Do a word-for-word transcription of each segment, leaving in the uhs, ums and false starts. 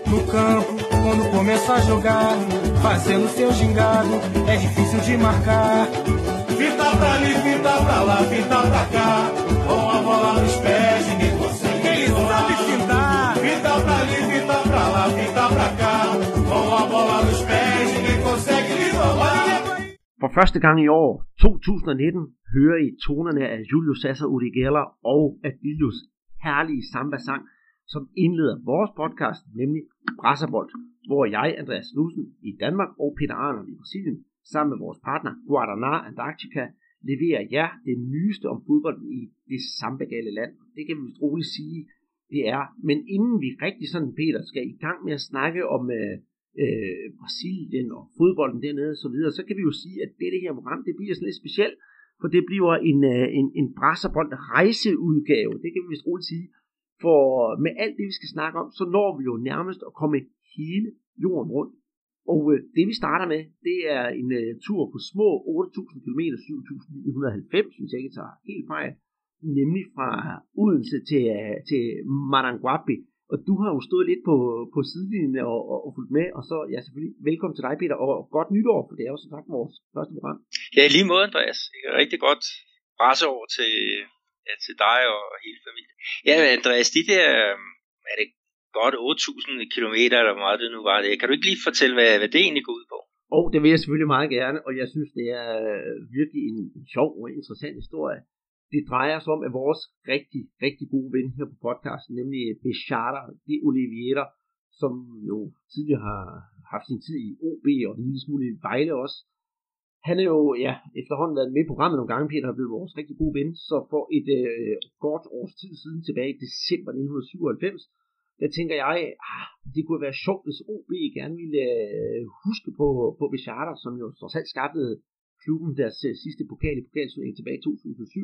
No campo, quando começa a jogar, fazendo seu gingado, é difícil de marcar. Fita pra ali, fita pra lá, fita pra cá, com a bola nos pés, ninguém consegue. Ele sabe fintar. Fita pra ali, fita pra lá, fita pra cá, com a bola nos pés, ninguém consegue lhe roubar. For første gang i år, to tusind nitten, hører I tonerne af Julio César Urigeller og Adilius herlige samba-sang, som indleder vores podcast, nemlig Brasserbold, hvor jeg, Andreas Knudsen i Danmark og Peter Arnold i Brasilien, sammen med vores partner Guaraná Antarctica, leverer jer det nyeste om fodbolden i det sambagale land. Det kan vi vist roligt sige, det er. Men inden vi rigtig sådan, Peter, skal i gang med at snakke om øh, øh, Brasilien og fodbolden dernede og så videre, så kan vi jo sige, at dette her program, det bliver sådan lidt specielt, for det bliver en, øh, en, en Brasserbold rejseudgave. Det kan vi vist roligt sige. For med alt det, vi skal snakke om, så når vi jo nærmest at komme hele jorden rundt. Og øh, det, vi starter med, det er en øh, tur på små otte tusind kilometer, syv tusind ni hundrede og halvfems, hvis jeg ikke tager helt fejl. Nemlig fra Odense til, øh, til Maranguape. Og du har jo stået lidt på, på sidelinjen og, og, og fulgt med. Og så ja, selvfølgelig velkommen til dig, Peter, og godt nytår, for det er jo som sagt vores første program. Ja, i lige måde, Andreas. Rigtig godt presseår til... Ja, til dig og hele familien. Ja, Andreas, de der, er det godt otte tusind kilometer, eller hvor meget det nu var det. Kan du ikke lige fortælle, hvad, hvad det egentlig går ud på? Og det vil jeg selvfølgelig meget gerne, og jeg synes, det er virkelig en sjov og interessant historie. Det drejer sig om, at vores rigtig, rigtig gode ven her på podcasten, nemlig Bechara de Oliveira, som jo tidligere har haft sin tid i O B og en lille smule i Vejle også. Han er jo ja, efterhånden været med i programmet nogle gange, Peter, har blevet vores rigtig gode ven, så for et øh, godt års tid siden, tilbage i december nitten syvoghalvfems, der tænker jeg, ah, det kunne være sjovt, hvis O B gerne ville øh, huske på, på Bechara, som jo trods alt skaffede klubben deres øh, sidste pokal i pokalturneringen tilbage i to tusind og syv.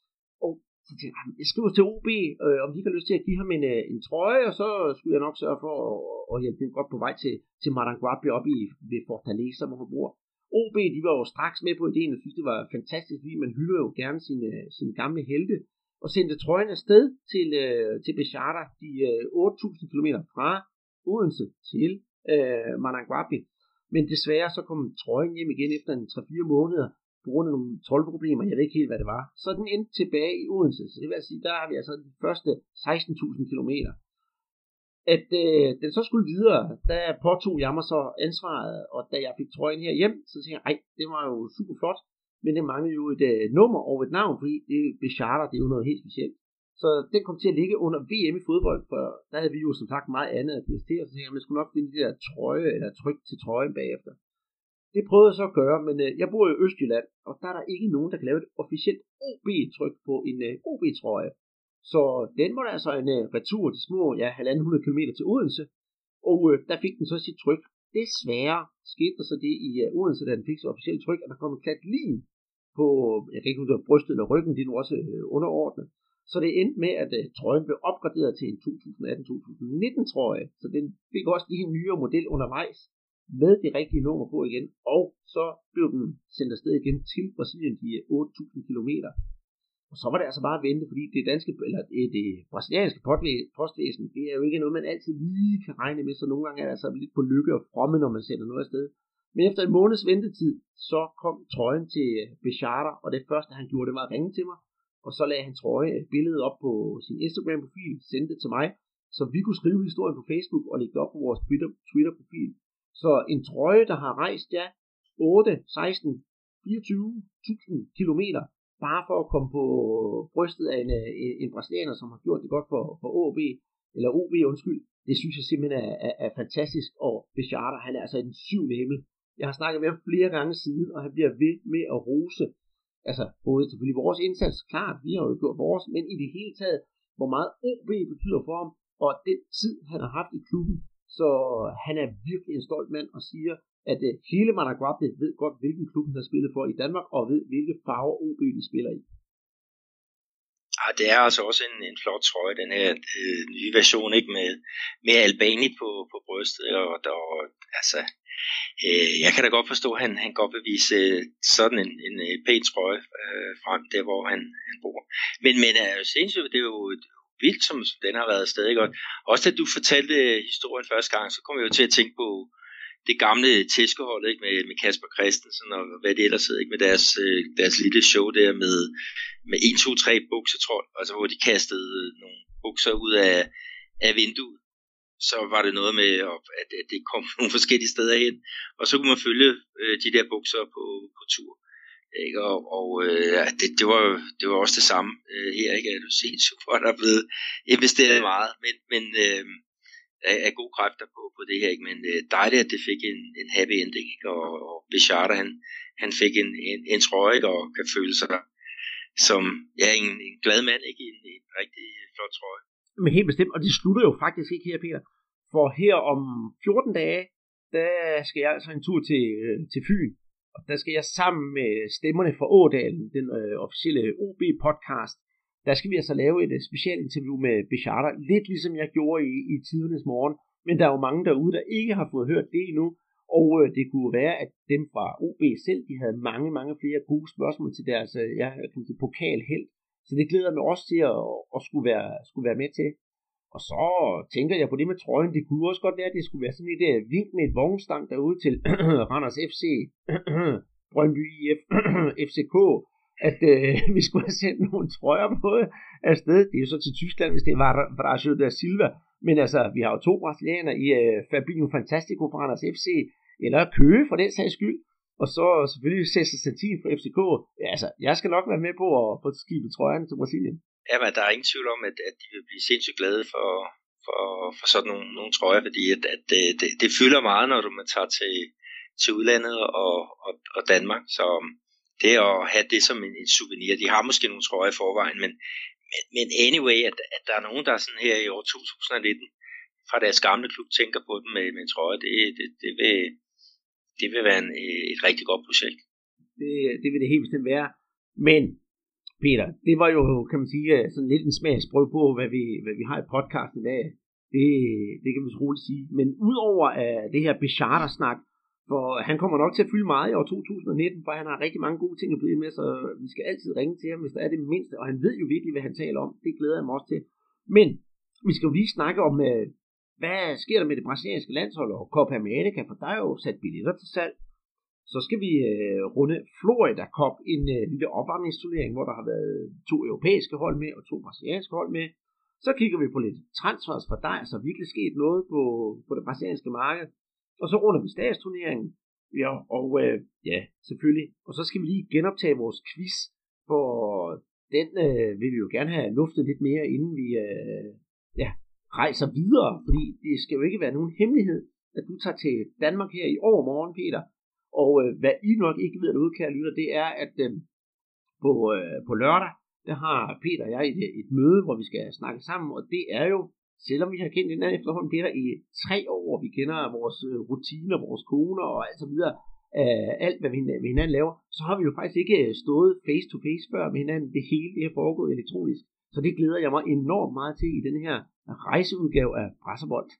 Og så tænkte jeg, jeg skriver til O B, øh, om de ikke har lyst til at give ham en, øh, en trøje, og så skulle jeg nok sørge for at, at hjælpe dem godt på vej til, til Maranguape op i ved Fortaleza, hvor han bor. O B, de var jo straks med på ideen, og synes, det var fantastisk, fordi man hylder jo gerne sine, sine gamle helte, og sendte trøjen afsted til, øh, til Bechara, de øh, otte tusind kilometer fra Odense til øh, Maranguape. Men desværre så kom trøjen hjem igen efter en tre fire måneder, på grund af nogle toldproblemer, jeg ved ikke helt, hvad det var. Så den endte tilbage i Odense, så det vil sige, der har vi altså de første seksten tusind kilometer. At øh, den så skulle videre, der påtog jeg mig så ansvaret, og da jeg fik trøjen her hjem, så tænkte jeg, ej, det var jo super flot, men det manglede jo et øh, nummer og et navn, fordi det Bechara, det er jo noget helt specielt. Så den kom til at ligge under V M i fodbold, for der havde vi jo som sagt meget andet at give os til, og så tænkte jeg, man skulle nok finde det der trøje, eller tryk til trøjen bagefter. Det prøvede jeg så at gøre, men øh, jeg bor i Østjylland, og der er der ikke nogen, der kan lave et officielt O B-tryk på en øh, O B-trøje. Så den var der altså en uh, retur til små, ja, halvanden hundrede kilometer til Odense, og uh, der fik den så sit tryk. Desværre skete der så det i uh, Odense, da den fik sit officielle tryk, at der kom en klat lim på, jeg kan ikke huske, brystet eller ryggen, det er nu også uh, underordnet. Så det endte med, at uh, trøjen blev opgraderet til en to tusind atten til to tusind nitten trøje, så den fik også lige en nyere model undervejs, med det rigtige nummer på igen, og så blev den sendt afsted igen til Brasilien, de otte tusind kilometer. Og så var det altså bare at vente, fordi det danske, eller det brasilianske postvæsen, det er jo ikke noget, man altid lige kan regne med, så nogle gange er det altså lidt på lykke og fromme, når man sender noget afsted. Men efter en måneds ventetid, så kom trøjen til Bechara, og det første han gjorde, det var at ringe til mig, og så lagde han trøje billedet op på sin Instagram-profil, sendte det til mig, så vi kunne skrive historien på Facebook og lægge det op på vores Twitter-profil. Så en trøje, der har rejst, ja, otte, seksten, fireogtyve tusind kilometer, bare for at komme på brystet af en, en, en brasilianer, som har gjort det godt for, for O B, eller O B, undskyld. Det synes jeg simpelthen er, er, er fantastisk, og Bechara, han er altså i den syvende himmel. Jeg har snakket med ham flere gange siden, og han bliver ved med at rose, altså både selvfølgelig vores indsats, klart, vi har jo gjort vores, men i det hele taget, hvor meget O B betyder for ham, og den tid, han har haft i klubben. Så han er virkelig en stolt mand og siger, at uh, hele Maranguape ved godt, hvilken klub han har spillet for i Danmark, og ved, hvilke farver O B de spiller i. Ja, det er altså også en, en flot trøje, den her øh, nye version, ikke, med, med Albani på, på brystet, og, og altså, øh, jeg kan da godt forstå, at han, han godt vil vise øh, sådan en, en, en pæn trøje øh, frem der, hvor han, han bor. Men, men øh, sindssygt, det er jo vildt, som, som den har været stadig godt. Også da du fortalte historien første gang, så kom jeg jo til at tænke på det gamle tæskehold, ikke, med, med Kasper Christensen og hvad det ellers hed, ikke, med deres, deres lille show der med, med en, to, tre buksetrol, altså hvor de kastede nogle bukser ud af, af vinduet. Så var det noget med, at, at det kom nogle forskellige steder hen, og så kunne man følge øh, de der bukser på, på tur. Ikke? Og, og øh, det, det, var, det var også det samme øh, her, ikke? At du ser, hvor der er blevet investeret meget, men, men øh, af, af gode kræfter på, på det her, ikke? Men øh, dejligt, at det fik en, en happy ending, ikke? Og, og Bechara, han, han fik en, en, en trøje, ikke? Og kan føle sig som ja, en, en glad mand, ikke? En, en rigtig flot trøje. Men helt bestemt, og det slutter jo faktisk ikke her, Peter. For her om fjorten dage, der skal jeg altså en tur til, til Fyn. Og der skal jeg sammen med stemmerne fra Ådalen, den øh, officielle O B-podcast, der skal vi altså lave et uh, specielt interview med Bechara, lidt ligesom jeg gjorde i, i tidernes morgen. Men der er jo mange derude, der ikke har fået hørt det endnu. Og øh, det kunne være, at dem fra O B selv, de havde mange, mange flere gode spørgsmål til deres øh, ja, pokalhelt. Så det glæder mig også til at, at skulle, være, skulle være med til. Og så tænker jeg på det med trøjen. Det kunne også godt være, at det skulle være sådan et uh, vink med et vognstang derude til Randers F C, Brøndby I F, F C K, at uh, vi skulle have sendt nogle trøjer på afsted. Det er jo så til Tyskland, hvis det var Brasil da Silva. Men altså, vi har jo to brasilianer i uh, Fabinho Fantastico fra Randers F C, eller Køge for den sags skyld. Og så selvfølgelig Cesar Santin fra F C K. Ja, altså, jeg skal nok være med på at få skibet trøjerne til Brasilien. Ja, men der er ingen tvivl om, at, at de vil blive sindssygt glade for, for, for sådan nogle, nogle trøjer, fordi at, at det, det, det fylder meget, når du man tager til, til udlandet og, og, og Danmark. Så det at have det som en, en souvenir, de har måske nogle trøjer i forvejen, men, men, men anyway, at, at der er nogen, der er sådan her i år to tusind nitten fra deres gamle klub tænker på dem med, med en trøje, det, det, det, vil, det vil være en, et rigtig godt projekt. Det, det vil det helt bestemt være, men Peter, det var jo, kan man sige, sådan lidt en smagsprøve på, hvad vi, hvad vi har i podcasten i dag. Det, det kan vi så roligt sige. Men udover uh, det her Bechara-snak, for han kommer nok til at fylde meget i år to tusind nitten, for han har rigtig mange gode ting at byde med, så vi skal altid ringe til ham, hvis der er det mindste, og han ved jo virkelig, hvad han taler om. Det glæder jeg mig også til. Men vi skal jo lige snakke om, uh, hvad sker der med det brasilianske landshold og Copa America, for der er jo sat billetter til salg. Så skal vi øh, runde Florida Cup, en øh, lille opvarmningsturnering, hvor der har været to europæiske hold med og to brasilianske hold med. Så kigger vi på lidt transfers, for der er så virkelig sket noget på, på det brasilianske marked. Og så runder vi statsturneringen. Ja, og øh, ja, selvfølgelig. Og så skal vi lige genoptage vores quiz, for den øh, vil vi jo gerne have luftet lidt mere, inden vi øh, ja, rejser videre. Fordi det skal jo ikke være nogen hemmelighed, at du tager til Danmark her i overmorgen, Peter. Og øh, hvad I nok ikke ved derude, kære lytter, det er, at øh, på, øh, på lørdag, der har Peter og jeg et, et møde, hvor vi skal snakke sammen, og det er jo, selvom vi har kendt hinanden efterhånden, Peter, i tre år, vi kender vores øh, rutiner, vores koner og alt så videre, øh, alt hvad vi, vi hinanden laver, så har vi jo faktisk ikke stået face to face før med hinanden. Det hele det er foregået elektronisk, så det glæder jeg mig enormt meget til i denne her rejseudgave af Brasserbold.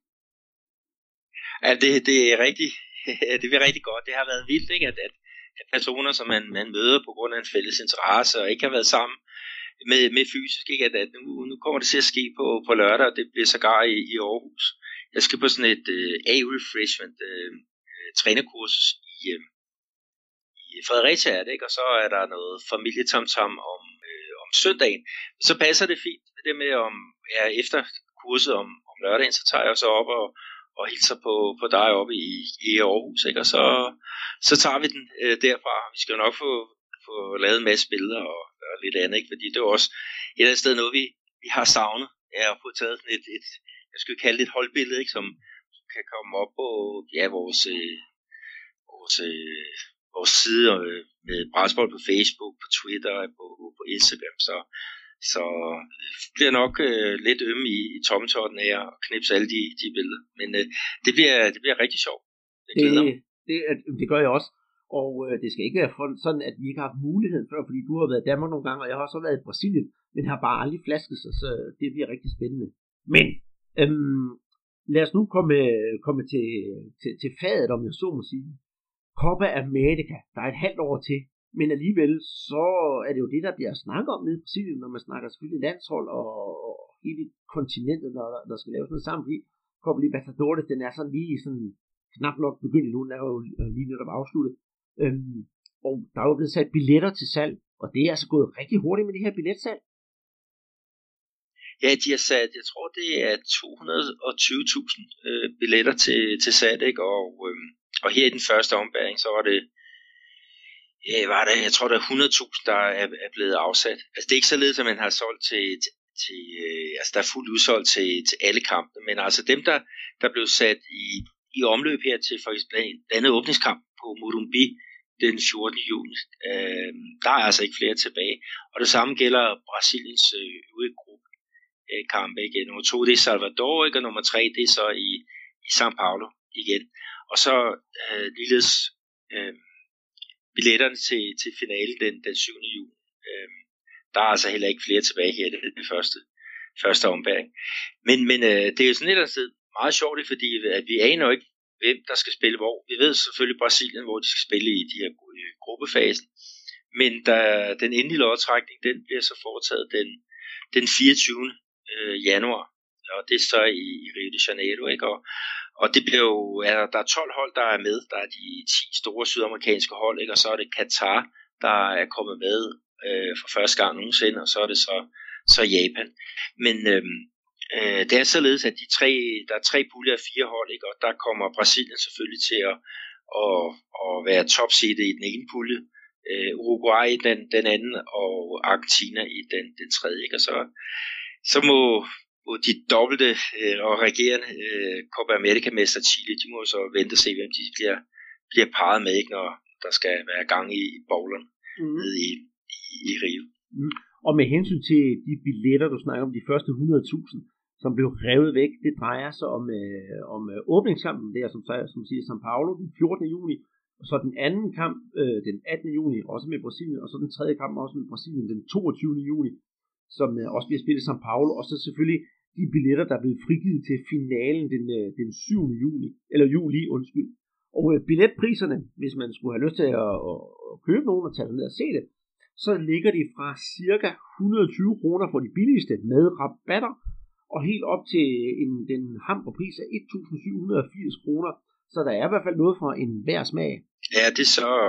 Ja, det, det er rigtigt. Det bliver rigtig godt. Det har været vildt, ikke? At, at, at personer, som man, man møder på grund af en fælles interesse, og ikke har været sammen med, med fysisk, ikke? At, at nu, nu kommer det til at ske på, på lørdag, og det bliver sågar i, i Aarhus. Jeg skal på sådan et uh, A-refreshment uh, trænerkursus i, uh, i Fredericia, ikke? Og så er der noget familietamtam om, uh, om søndagen. Så passer det fint. Det med om, ja, efter kurset om, om lørdagen, så tager jeg så op og og hilser på, på dig oppe i, i Aarhus, ikke? Og så, så tager vi den øh, derfra. Vi skal jo nok få, få lavet en masse billeder og, og lidt andet, ikke? Fordi det er jo også et eller andet sted noget, vi, vi har savnet. Ja, at få taget sådan et, et, jeg skulle kalde det et holdbillede, ikke? Som, som kan komme op på ja, vores, øh, vores, øh, vores side øh, med Brasserbold på Facebook, på Twitter og på, på Instagram. Så Så det bliver nok øh, lidt ømme i, i tommeltotten af at knipse alle de, de billeder. Men øh, det, bliver, det bliver rigtig sjovt. Det, det, det, det gør jeg også. Og øh, det skal ikke være sådan, at vi ikke har haft muligheden før, fordi du har været i Danmark nogle gange, og jeg har også været i Brasilien, men har bare aldrig flasket sig, så det bliver rigtig spændende. Men øhm, lad os nu komme, komme til, til, til fadet, om jeg så må sige. Copa America, der er et halvt år til. Men alligevel, så er det jo det, der bliver snakket om nede i Brasilien, når man snakker selvfølgelig landshold og, og hele kontinentet, når der, der skal laves noget sammen, fordi Copa Libertadores, den er sådan lige sådan knap nok begyndt nu, den er jo lige netop afsluttet. Øhm, og der er jo blevet sat billetter til salg, og det er altså gået rigtig hurtigt med det her billetsalg. Ja, de har sat, jeg tror det er to hundrede og tyve tusind øh, billetter til, til salg, ikke? Og, øh, og her i den første ombæring, så var det, øh, var det jeg tror der er hundrede tusind, der er, er blevet afsat. Altså det er ikke således, at man har solgt til, til, til øh, altså der er fuldt udsolgt til, til alle kampene, men altså dem, der, der blev sat i, i omløb her til for eksempel en andet åbningskamp på Morumbi den fjortende juni, øh, der er altså ikke flere tilbage. Og det samme gælder Brasiliens øh, øvrige gruppe øh, kampe igen. Nummer to, det er Salvador, ikke? Og nummer tre, det er så i, i São Paulo igen. Og så øh, ligeledes øh, billetterne til, til finalen den, den syvende juni. Øh, der er altså heller ikke flere tilbage her, det er det første, første ombæring. Men, men øh, det er jo sådan et eller andet sted meget sjovt, fordi at vi aner jo ikke, hvem der skal spille hvor. Vi ved selvfølgelig Brasilien, hvor de skal spille i de her gruppefasen. Men der, den endelige lodtrækning, den bliver så foretaget den, den fireogtyvende januar. Og det er så i, i Rio de Janeiro, ikke? Og, og det bliver jo, ja, der er tolv hold, der er med. Der er de ti store sydamerikanske hold, ikke? Og så er det Katar, der er kommet med øh, for første gang nogensinde, og så er det så, så Japan. Men øhm, øh, det er således, at de tre, der er tre puljer af fire hold, ikke? Og der kommer Brasilien selvfølgelig til at, at, at være topseedet i den ene pulje, øh, Uruguay i den, den anden, og Argentina i den, den tredje, ikke? Og så, så må, må de dobbelte øh, og regerende øh, Copa America-mester Chile, de må så vente og se, hvem de bliver, bliver parret med, ikke? Når der skal være gang i bowleren mm. nede i, i, i Rio. Mm. Og med hensyn til de billetter, du snakker om, de første hundrede tusind, som blev revet væk, det drejer sig om, øh, om øh, åbningskampen, der som, som siger São Paulo, den fjortende juni, og så den anden kamp, øh, den attende juni, også med Brasilien, og så den tredje kamp også med Brasilien, den toogtyvende juni, som øh, også bliver spillet i São Paulo, og så selvfølgelig de billetter, der er blevet frigivet til finalen den, øh, den syvende juni, eller juli, undskyld. Og øh, billetpriserne, hvis man skulle have lyst til at, at, at købe nogen og tage ned og se det, så ligger de fra cirka et hundrede og tyve kroner for de billigste med rabatter, og helt op til en, den hamburgpris af et tusind syv hundrede og firs kroner. Så der er i hvert fald noget for en hver smag. Ja, det er så,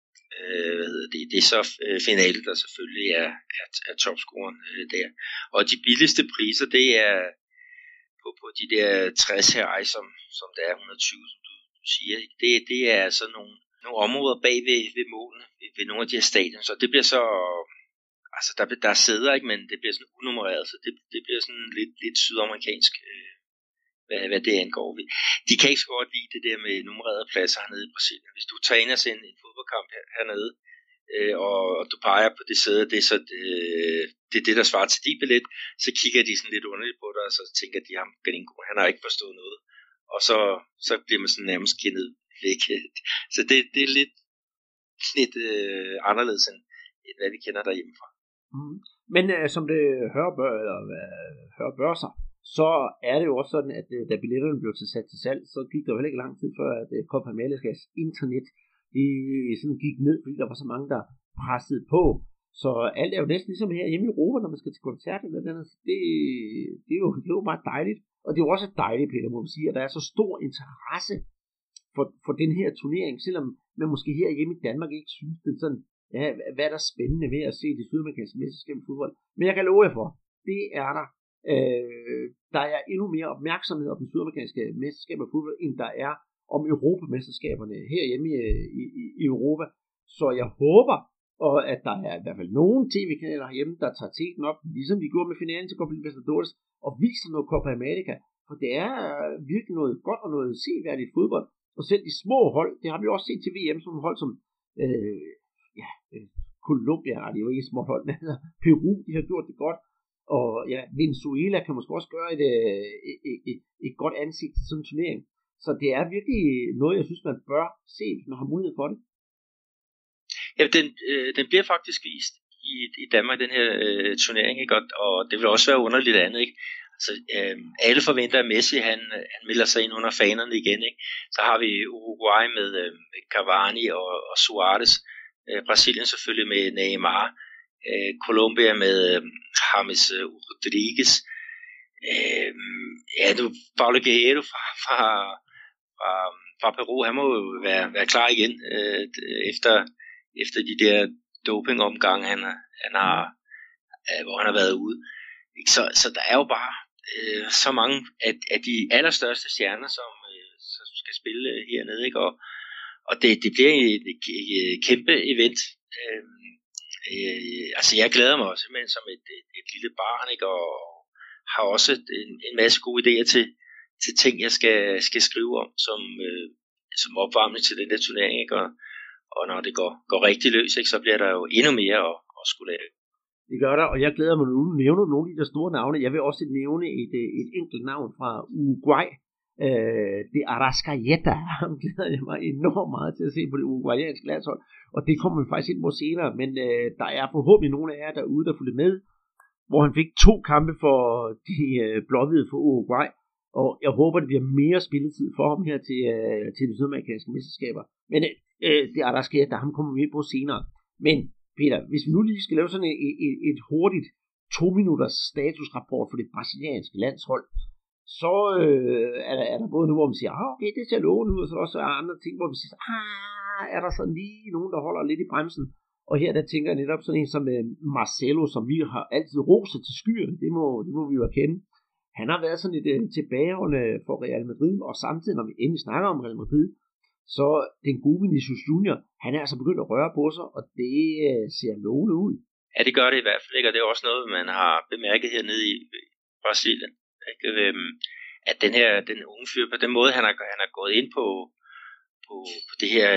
øh, hvad hedder det, det er så øh, finale, der selvfølgelig er, er, er topscoren øh, der. Og de billigste priser, det er på, på de der tres her, som, som der er et hundrede og tyve, som du, du siger. Det, det er så nogle, nogle områder bag ved, ved målene, ved, ved nogle af de her stadion. Så det bliver så... Altså, der, der er sæder, ikke, men det bliver sådan unummereret, så det, det bliver sådan lidt, lidt sydamerikansk, øh, hvad, hvad det angår. De kan ikke så godt lide det der med nummererede pladser hernede i Brasilien. Hvis du tager ind og ser en, en fodboldkamp her, hernede, øh, og, og du peger på det sæde, det er så øh, det, er det, der svarer til din billet, så kigger de sådan lidt underligt på dig, og så tænker de, ham, han har ikke forstået noget. Og så, så bliver man sådan nærmest kendet væk. Så det, det er lidt, lidt øh, anderledes, end, end hvad vi kender derhjemmefra. Mm. Men øh, som det hører bør, eller, øh, hører bør sig, så er det jo også sådan, at øh, da billetterne blev sat til salg, så gik der jo heller ikke lang tid før, at øh, Copa Americas internet det sådan gik ned, fordi der var så mange, der pressede på. Så alt er jo næsten ligesom her hjemme i Europa, når man skal til koncert eller det, det, det, er jo, det er jo meget dejligt. Og det er jo også dejligt, Peter, må man sige, at der er så stor interesse for, for den her turnering, selvom man måske her hjemme i Danmark ikke synes, det er sådan, ja, hvad er der spændende ved at se det sydamerikanske mesterskab i fodbold. Men jeg kan love jer for, det er der. Øh, der er endnu mere opmærksomhed om den sydamerikanske mesterskab i fodbold, end der er om europamesterskaberne herhjemme i, i, i Europa. Så jeg håber, og at der er i hvert fald nogle tv-kanaler herhjemme, der tager teten op, ligesom de gjorde med finalen til Copa Libertadores, og viser noget Copa America. For det er virkelig noget godt og noget seværdigt fodbold. Og selv de små hold, det har vi også set til V M, som hold som øh, ja, Colombia, nej, det er jo ikke et små hold, men Peru, de har gjort det godt. Og ja, Venezuela kan måske også gøre et, et, et, et, et godt ansigt til sådan en turnering. Så det er virkelig noget, jeg synes, man bør se, hvis man har mulighed for det. Ja, den, øh, den bliver faktisk vist i, i Danmark, den her øh, turnering, ikke? Og, og det vil også være underligt andet, ikke? Altså, øh, alle forventer, at Messi, han, han melder sig ind under fanerne igen, ikke? Så har vi Uruguay med, øh, med Cavani og, og Suarez, øh, Brasilien selvfølgelig med Neymar, øh, Colombia med øh, James Rodriguez, øh, ja, nu Paulo Guerrero fra, fra, fra, fra Peru, han må jo være, være klar igen, øh, efter, efter de der dopingomgange, han, han har, øh, hvor han har været ude. Så, så der er jo bare øh, så mange af, af de allerstørste stjerner, som, øh, som skal spille hernede, ikke? Og, og det, det bliver et, et, et kæmpe event. Øh, øh, altså jeg glæder mig også, men som et, et, et lille barn, ikke? Og har også en, en masse gode idéer til, til ting, jeg skal, skal skrive om, som, øh, som opvarmning til den der turnering, ikke? Og, og når det går, går rigtig løs, ikke? Så bliver der jo endnu mere at, at skulle lave. Det gør der, og jeg glæder mig nu at nævne nogle af de der store navne. Jeg vil også nævne et, et enkelt navn fra Uruguay. Øh, det er Arrascaeta. Ham glæder jeg mig enormt meget til at se på det uruguayanske landshold. Og det kommer vi faktisk ind på senere. Men øh, der er forhåbentlig nogle af jer derude, der fulgte med, hvor han fik to kampe for de øh, blåhvide for Uruguay. Og jeg håber, det bliver mere spilletid for ham her til, øh, til de sydamerikanske mesterskaber. Men øh, det er Arrascaeta, ham kommer vi ind på senere. Men Peter, hvis vi nu lige skal lave sådan et, et, et hurtigt to minutters statusrapport for det brasilianske landshold, så øh, er, der, er der både nu, hvor man siger, ah, okay, det ser lovende ud, og så er der også andre ting, hvor vi siger, ah, er der sådan lige nogen, der holder lidt i bremsen. Og her, der tænker jeg netop sådan en som øh, Marcelo, som vi har altid roset til skyerne, det må, det må vi jo erkende. Han har været sådan lidt øh, tilbageholdende for Real Madrid, og samtidig, når vi endelig snakker om Real Madrid, så den gode Vinicius Junior, han er altså begyndt at røre på sig, og det øh, ser lovende ud. Ja, det gør det i hvert fald ikke, og det er også noget, man har bemærket hernede i Brasilien. Ikke? At den her, den unge fyr, på den måde, han har, han har gået ind på, på, på det her,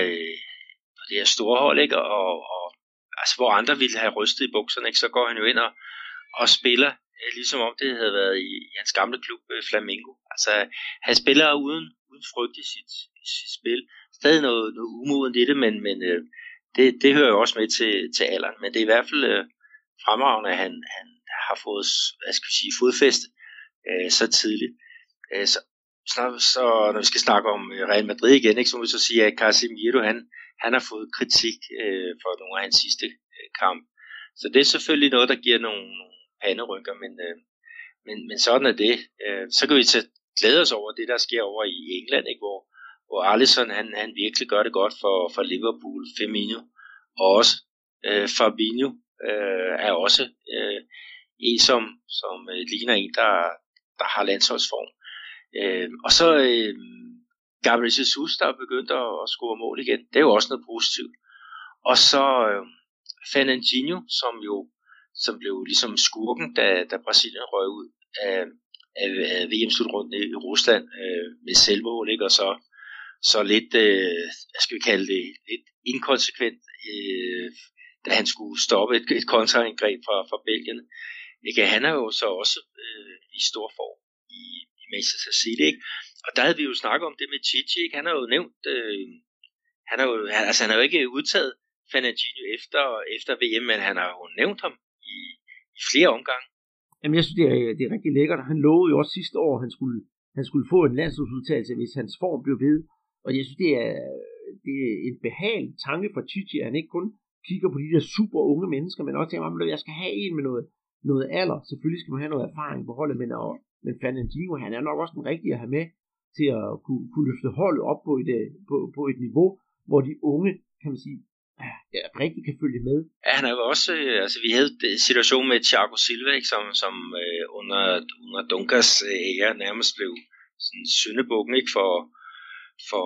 på det her store hold, ikke? Og, og altså, hvor andre ville have rystet i bukserne, ikke? Så går han jo ind og, og spiller, ligesom om det havde været i, i hans gamle klub, Flamengo. Altså, han spiller uden, uden frygt i sit, i sit spil. Stadig noget, noget umodent i det, men, men øh, det, det hører jo også med til, til alderen. Men det er i hvert fald øh, fremragende, at han, han har fået, hvad skal vi sige, fodfæste øh, så tidligt. Øh, så, så, så når vi skal snakke om Real Madrid igen, ikke, så må vi så sige, at Casemiro, han, han har fået kritik øh, for nogle af hans sidste øh, kamp. Så det er selvfølgelig noget, der giver nogle, nogle panderynker, men, øh, men, men sådan er det. Øh, så kan vi så glæde os over det, der sker over i England, ikke, hvor hvor Alisson, han, han virkelig gør det godt for, for Liverpool. Firmino og også øh, Fabinho øh, er også øh, en, som, som øh, ligner en, der, der har landsholdsform. Øh, og så øh, Gabriel Jesus, der er begyndt at, at score mål igen. Det er jo også noget positivt. Og så øh, Fernandinho, som jo som blev ligesom skurken, da, da Brasilien røg ud af, af, af V M-slutrunden i Rusland øh, med selvmål, ikke? Og så så lidt, øh, hvad skal vi kalde det, lidt inkonsekvent, øh, da han skulle stoppe et, et kontraangreb fra, fra Belgien. Ikke? Han er jo så også øh, i stor form i, i Manchester City, ikke? Og der havde vi jo snakket om det med Chichi, ikke? Han har jo nævnt, øh, han har jo, han, altså han har jo ikke udtaget Fernandinho efter, efter V M, men han har jo nævnt ham i, i flere omgange. Jamen jeg synes, det er, det er rigtig lækkert. Han lovede jo også sidste år, at han skulle, han skulle få en landsholdsudtagelse, hvis hans form blev ved. Og jeg synes, det er, det er en behagelig tanke for Chichi, at han ikke kun kigger på de der super unge mennesker, men også tænker, at jeg skal have en med noget, noget alder. Selvfølgelig skal man have noget erfaring på holdet, men, og, men Fernandinho, han er nok også den rigtige at have med til at kunne, kunne løfte holdet op på et, på, på et niveau, hvor de unge, kan man sige, ja, rigtig kan følge med. Ja, han er jo også, øh, altså vi havde en situation med Thiago Silva, ikke, som, som øh, under, under Dunkas ære øh, nærmest blev sådan syndebukken, ikke, for for,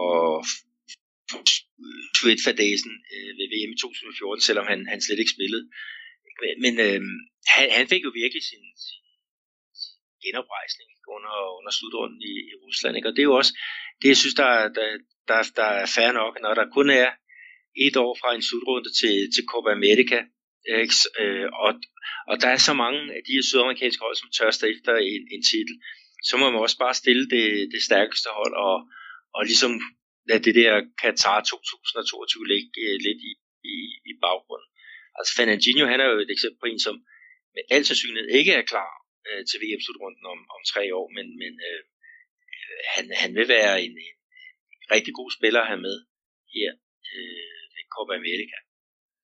for tweet-fadæsen øh, ved V M i to tusind og fjorten, selvom han, han slet ikke spillede. Men øh, han, han fik jo virkelig sin, sin genoprejsning under, under slutrunden i, i Rusland. Ikke? Og det er jo også det, jeg synes, der, der, der, der er fair nok, når der kun er et år fra en slutrunde til, til Copa America. Ikke? Øh, og, og der er så mange af de sydamerikanske hold, som tørster efter en, en titel. Så må man også bare stille det, det stærkeste hold og og ligesom lade det der Qatar to tusind og toogtyve ligge uh, lidt i, i, i baggrunden. Altså Fernandinho, han er jo et eksempel på en, som med al sandsynlighed ikke er klar uh, til V M-slutrunden om, om tre år, men, men uh, han, han vil være en, en rigtig god spiller at have med her uh, ved Copa America.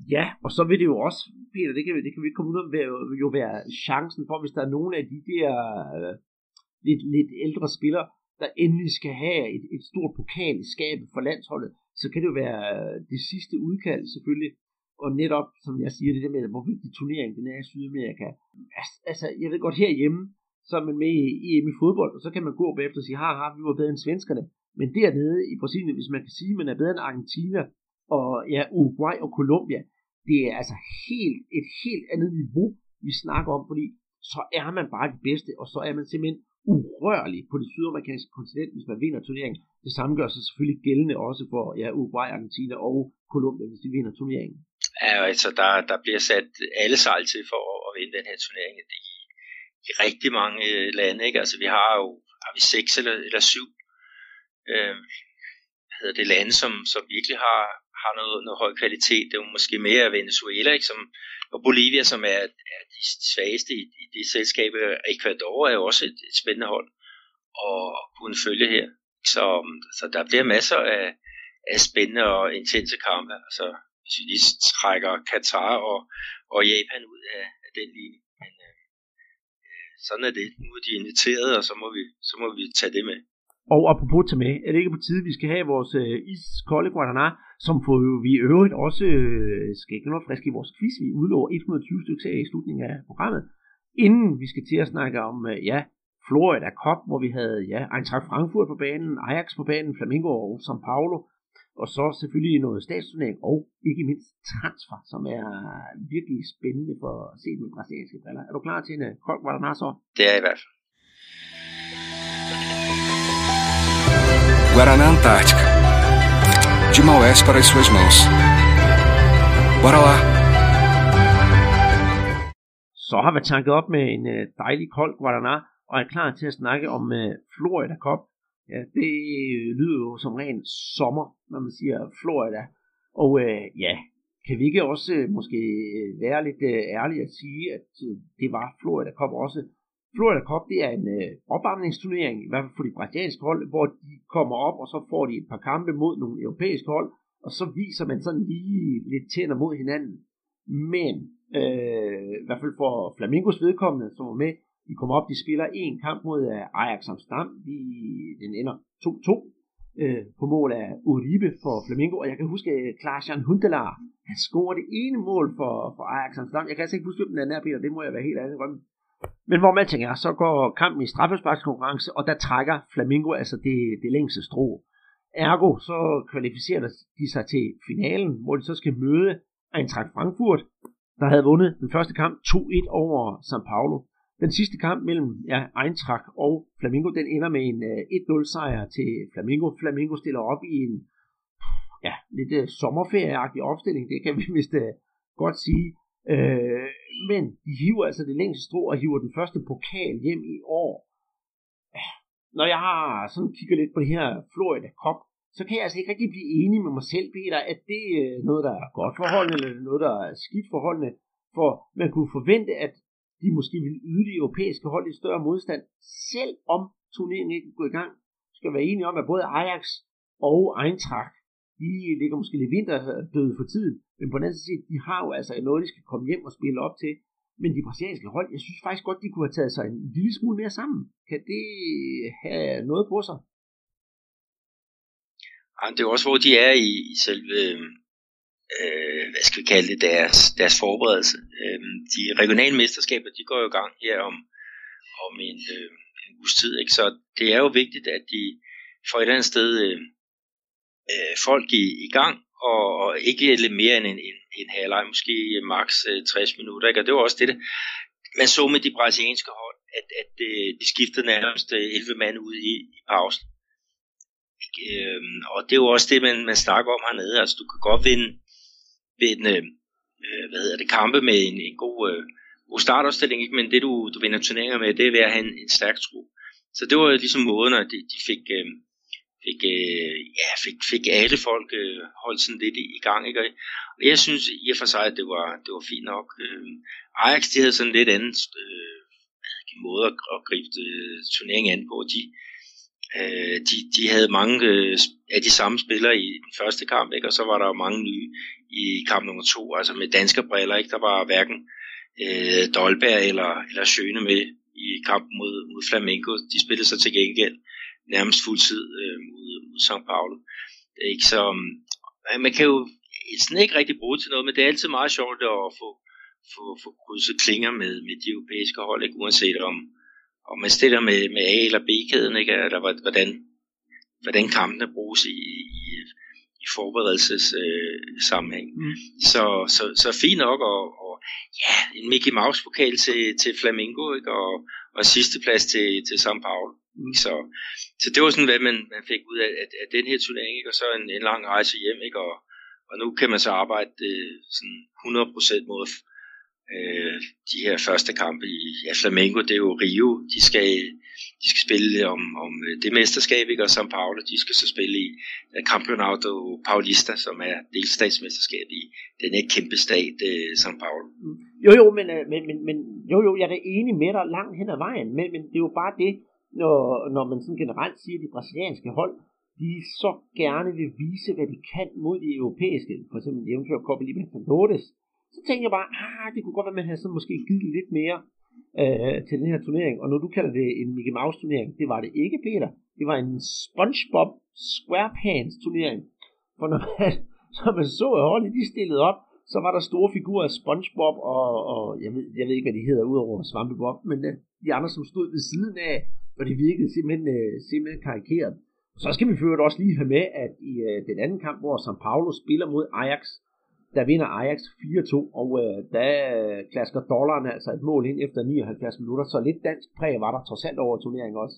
Ja, og så vil det jo også, Peter, det kan, det kan vi ikke komme ud af, vil jo være chancen for, hvis der er nogle af de der øh, lidt, lidt ældre spillere, der endelig skal have et, et stort pokal i skabet for landsholdet, så kan det jo være det sidste udkald selvfølgelig. Og netop, som jeg siger, det der med, hvor vigtig turnering den er i Sydamerika. Altså, jeg ved godt, herhjemme, så er man med i E M i fodbold, og så kan man gå bagefter og sige, har, har, vi var bedre end svenskerne. Men dernede i Brasilien, hvis man kan sige, at man er bedre end Argentina, og ja, Uruguay og Colombia, det er altså helt, et helt andet niveau, vi snakker om, fordi så er man bare det bedste, og så er man simpelthen urørlig på det sydamerikanske kontinent, hvis man vinder turneringen. Det samme gør sig selvfølgelig gældende også for ja, Uruguay, Argentina og Colombia, hvis de vinder turneringen. Ja, altså der, der bliver sat alle sejl til for at vinde den her turnering i, i rigtig mange lande, ikke? Altså vi har jo har vi seks eller, eller syv øh, hvad hedder det, lande, som, som virkelig har, har noget, noget høj kvalitet. Det er jo måske mere Venezuela, ikke? Som, og Bolivia, som er, er de svageste i, i det selskab. Ecuador er jo også et, et spændende hold at kunne følge her. Så, så der bliver masser af, af spændende og intense kampe. Altså hvis vi lige trækker Katar og, og Japan ud af, af den linje. Men øh, sådan er det. Nu er de inviteret, og så må vi, så må vi tage det med. Og apropos tage med, er det ikke på tide, vi skal have vores øh, iskolde Guaraná, som får vi i øvrigt også, øh, skal ikke noget frisk i vores quiz, vi udlover et hundrede og tyve stykker her i slutningen af programmet, inden vi skal til at snakke om, øh, ja, Florida Cup, hvor vi havde, ja, Eintracht Frankfurt på banen, Ajax på banen, Flamengo og São Paulo, og så selvfølgelig noget statsturnering, og ikke mindst transfer, som er virkelig spændende for at se med brasilianske briller. Er du klar til en uh, kold Guaraná så? Det er i hvert fald. Guaraná Antártica. De Maués para as suas mãos. Bora lá! Så har vi tanket op med en uh, dejlig kold Guaraná, og er klar til at snakke om uh, Florida Cup. Ja, det lyder jo som ren sommer, når man siger Florida. Og uh, ja, kan vi ikke også uh, måske være lidt uh, ærlige at sige, at uh, det var Florida Cup også. Florida Cup, det er en øh, opvarmningsturnering, i hvert fald for de brasilianske hold, hvor de kommer op, og så får de et par kampe mod nogle europæiske hold, og så viser man sådan lige lidt tænder mod hinanden. Men, øh, i hvert fald for Flamingos vedkommende, som var med, de kommer op, de spiller en kamp mod Ajax Amsterdam, de, den ender to to øh, på mål af Uribe for Flamengo, og jeg kan huske, at Klaas-Jan Huntelaar, han scorer det ene mål for, for Ajax Amsterdam. Jeg kan altså ikke huske, hvem den er, Peter, det må jeg være helt ærlig rømme. Men hvor man tænker, så går kampen i straffesparkskonkurrence, og der trækker Flamengo altså det, det længste strå. Ergo, så kvalificerer de sig til finalen, hvor de så skal møde Eintracht Frankfurt, der havde vundet den første kamp to et over São Paulo. Den sidste kamp mellem ja, Eintracht og Flamengo, den ender med en uh, et nul sejr til Flamengo. Flamengo stiller op i en ja, lidt uh, sommerferieagtig opstilling, det kan vi vist uh, godt sige. Øh, men de hiver altså det længste strå og hiver den første pokal hjem i år. Når jeg har sådan kigget lidt på det her Florida Cup, så kan jeg altså ikke rigtig blive enig med mig selv, Peter, at det er noget, der er godt for holdene, eller noget, der er skidt for holdene. For man kunne forvente, at de måske ville yde de europæiske hold i større modstand, selv om turneringen ikke går i gang. Vi skal være enige om, at både Ajax og Eintracht, de ligger måske lidt vinterdøde for tiden, men på den anden side, de har jo altså noget, de skal komme hjem og spille op til. Men de brasilianske hold, jeg synes faktisk godt, de kunne have taget sig en lille smule mere sammen. Kan det have noget på sig? Ja, det er jo også, hvor de er i, i selve, øh, hvad skal vi kalde det, deres, deres forberedelse. Øh, de regionale mesterskaber, de går jo i gang her om, om en, øh, en uges tid, ikke? Så det er jo vigtigt, at de får et eller andet sted øh, folk i, i gang, og, og ikke lidt mere end en, en, en halvleg, måske maks øh, tres minutter, ikke? Og det var også det, man så med de brasilianske hold, at, at øh, de skiftede nærmest elleve mand ud i, i pausen. Øhm, og det er jo også det, man, man snakker om hernede. Altså, du kan godt vinde, vinde øh, hvad hedder det, kampe med en, en god, øh, god startopstilling, ikke? Men det, du, du vinder turneringer med, det er ved at have en, en stærk tro. Så det var ligesom måden, at de, de fik, øh, fik, øh, ja, fik, fik alle folk øh, holdt sådan lidt i, i gang, ikke? Og jeg synes i og for sig, at det var, det var fint nok. Øh, Ajax, de havde sådan lidt andet øh, måde at, at gribe øh, turneringen an på. De Øh, de, de havde mange øh, af de samme spillere i den første kamp, ikke? Og så var der jo mange nye i kamp nummer to, altså med danske briller, ikke? Der var hverken øh, Dolberg eller, eller Schöne med i kampen mod, mod Flamengo. De spillede så til gengæld nærmest fuldtid øh, mod, mod São Paulo. Ikke? Så øh, man kan jo sådan ikke rigtig bruge til noget, men det er altid meget sjovt at få, få, få krydset klinger med, med de europæiske hold, ikke? Uanset om og man stiller med, med A- eller B-kæden, ikke? Eller hvordan, hvordan kampene bruges i, i, i forberedelsessammenhæng. Øh, mm. så, så, så fint nok, og, og ja, en Mickey Mouse-pokal til, til Flamengo, ikke? Og, og sidste plads til, til São Paulo. Mm. Så, så det var sådan, hvad man, man fik ud af, af, af den her turnering, ikke? Og så en, en lang rejse hjem, ikke? Og, og nu kan man så arbejde øh, sådan hundrede procent mod Øh, de her første kampe i ja, Flamengo, det er jo Rio, de skal, de skal spille om, om det mesterskab, ikke? Og São Paulo, de skal så spille i uh, Campeonato Paulista, som er delstatsmesterskab i den her kæmpe stat, uh, São Paulo. Jo jo, men, men, men, men jo jo, jeg er da enig med dig langt hen ad vejen, men, men det er jo bare det, når, når man sådan generelt siger, at de brasilianske hold, de så gerne vil vise, hvad de kan mod de europæiske, for eksempel jævnfør Copa Libertadores. Så tænkte jeg bare, ah, det kunne godt være, at man havde så måske givet lidt mere øh, til den her turnering. Og når du kalder det en Mickey Mouse turnering, det var det ikke, Peter. Det var en SpongeBob SquarePants turnering. For når man, så man så holdet, de stillede op, så var der store figurer af SpongeBob og, og jeg, ved, jeg ved ikke, hvad de hedder, udover Svampebob, men øh, de andre, som stod ved siden af, og det virkede simpelthen, øh, simpelthen karikeret. Så skal vi ført også lige have med, at i øh, den anden kamp, hvor São Paulo spiller mod Ajax, der vinder Ajax fire to, og øh, der øh, klasker dollaren altså et mål ind efter nioghalvfjerds minutter, så lidt dansk præg var der trods alt over turneringen også.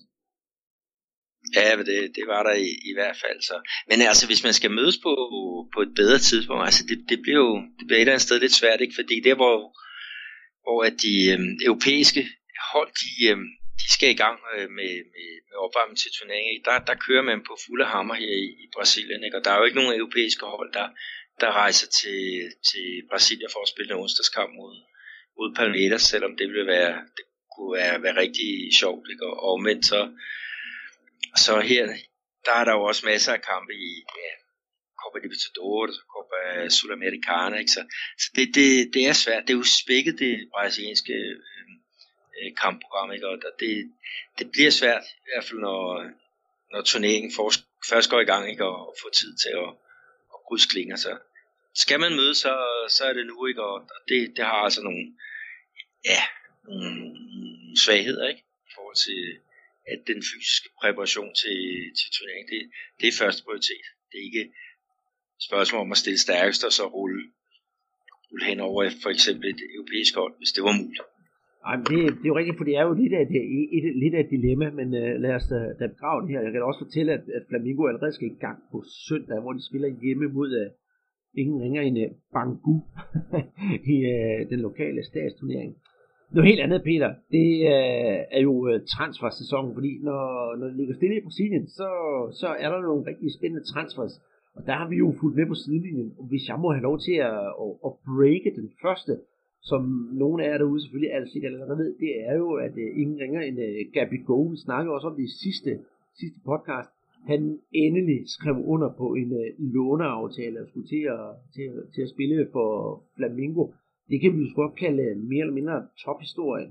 Ja, det, det var der i, i hvert fald. Så. Men altså, hvis man skal mødes på, på et bedre tidspunkt, altså det, det bliver jo det bliver et eller andet sted lidt svært, ikke? Fordi der, hvor, hvor at de øh, europæiske hold, de, øh, de skal i gang øh, med, med, med opvarmning til turneringen, der, der kører man på fulde hammer her i, i Brasilien, ikke? Og der er jo ikke nogen europæiske hold, der der rejser til, til Brasilien for at spille en onsdagskamp mod, mod Palmeiras, selvom det ville være, det kunne være, være rigtig sjovt, ikke? Og omvendt så, så her, der er der jo også masser af kampe i ja, Copa Libertadores, Copa Sudamericana, ikke? Så, så det, det, det er svært, det er jo spækket det brasilianske øh, kampprogram, ikke? Og det, det bliver svært, i hvert fald når, når turneringen først går i gang, ikke? Og, og får tid til at krydsklinger, så skal man møde, så, så er det nu, ikke? Og det, det har altså nogle, ja, nogle svagheder, ikke? I forhold til, at den fysiske præparation til, til turneringen, det, det er første prioritet. Det er ikke et spørgsmål om at stille stærkest og så rulle, rulle hen over for eksempel et europæisk hold, hvis det var muligt. Ej, men det, det er jo rigtigt, for det er jo lidt af, det, et, lidt af et dilemma, men uh, lad os da, da begrave det her. Jeg kan da også fortælle, at, at Flamengo allerede skal i gang på søndag, hvor de spiller hjemme mod uh, ingen ringer end uh, Bangu i uh, den lokale statsturnering. Noget helt andet, Peter, det uh, er jo uh, transfersæsonen, fordi når, når det ligger stille i Brasilien, så, så er der nogle rigtig spændende transfers, og der har vi jo fulgt med på sidelinjen, og hvis jeg må have lov til at, at, at breake den første, som nogle af jer derude selvfølgelig altid allerede ved, det er jo, at uh, ingen ringer end uh, Gabigol. Vi snakkede også om det i sidste, sidste podcast. Han endelig skrev under på en uh, låneaftale og skulle til at, til, til at spille for Flamengo. Det kan vi jo godt kalde mere eller mindre tophistorien.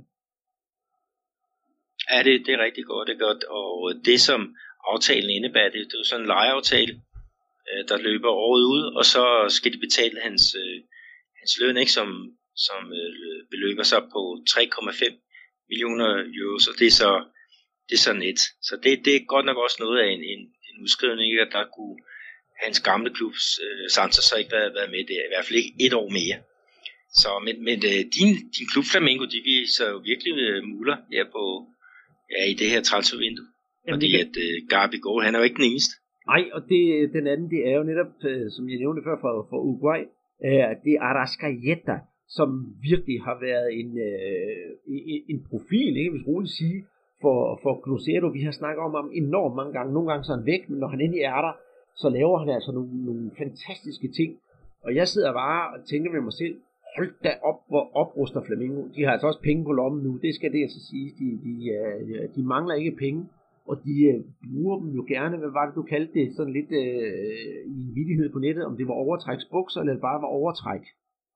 Ja, det, det er rigtig godt, det er godt. Og det som aftalen indebærer, det, det er jo sådan en lejeaftale, der løber året ud, og så skal de betale hans, øh, hans løn, ikke, som som øh, beløber sig på tre komma fem millioner euro, så det er så det er så net. Så det, det er godt nok også noget af en, en, en udskrivning, at der kunne hans gamle klub øh, Santos så ikke været, været med det, i hvert fald ikke et år mere. Så, men men øh, din, din klub Flamengo, de viser jo virkelig øh, muler her på, ja, i det her transfervindue. Fordi det... at øh, Gabigol, han er jo ikke den eneste. Nej, og det, den anden, det er jo netop, øh, som jeg nævnte før, fra, fra Uruguay, øh, det er Arrascaeta, som virkelig har været en, øh, en, en profil, ikke, hvis roligt sige, for, for Cruzeiro. Vi har snakket om ham enormt mange gange. Nogle gange så er han væk, men når han endelig er der, så laver han altså nogle, nogle fantastiske ting. Og jeg sidder bare og tænker med mig selv, hold da op, hvor opruster Flamengo. De har altså også penge på lommen nu, det skal det altså sige. De, de, de mangler ikke penge. og de øh, bruger dem jo gerne, hvad var det du kaldte det, sådan lidt øh, i en vittighed på nettet, om det var overtræksbukser, eller det bare var overtræk.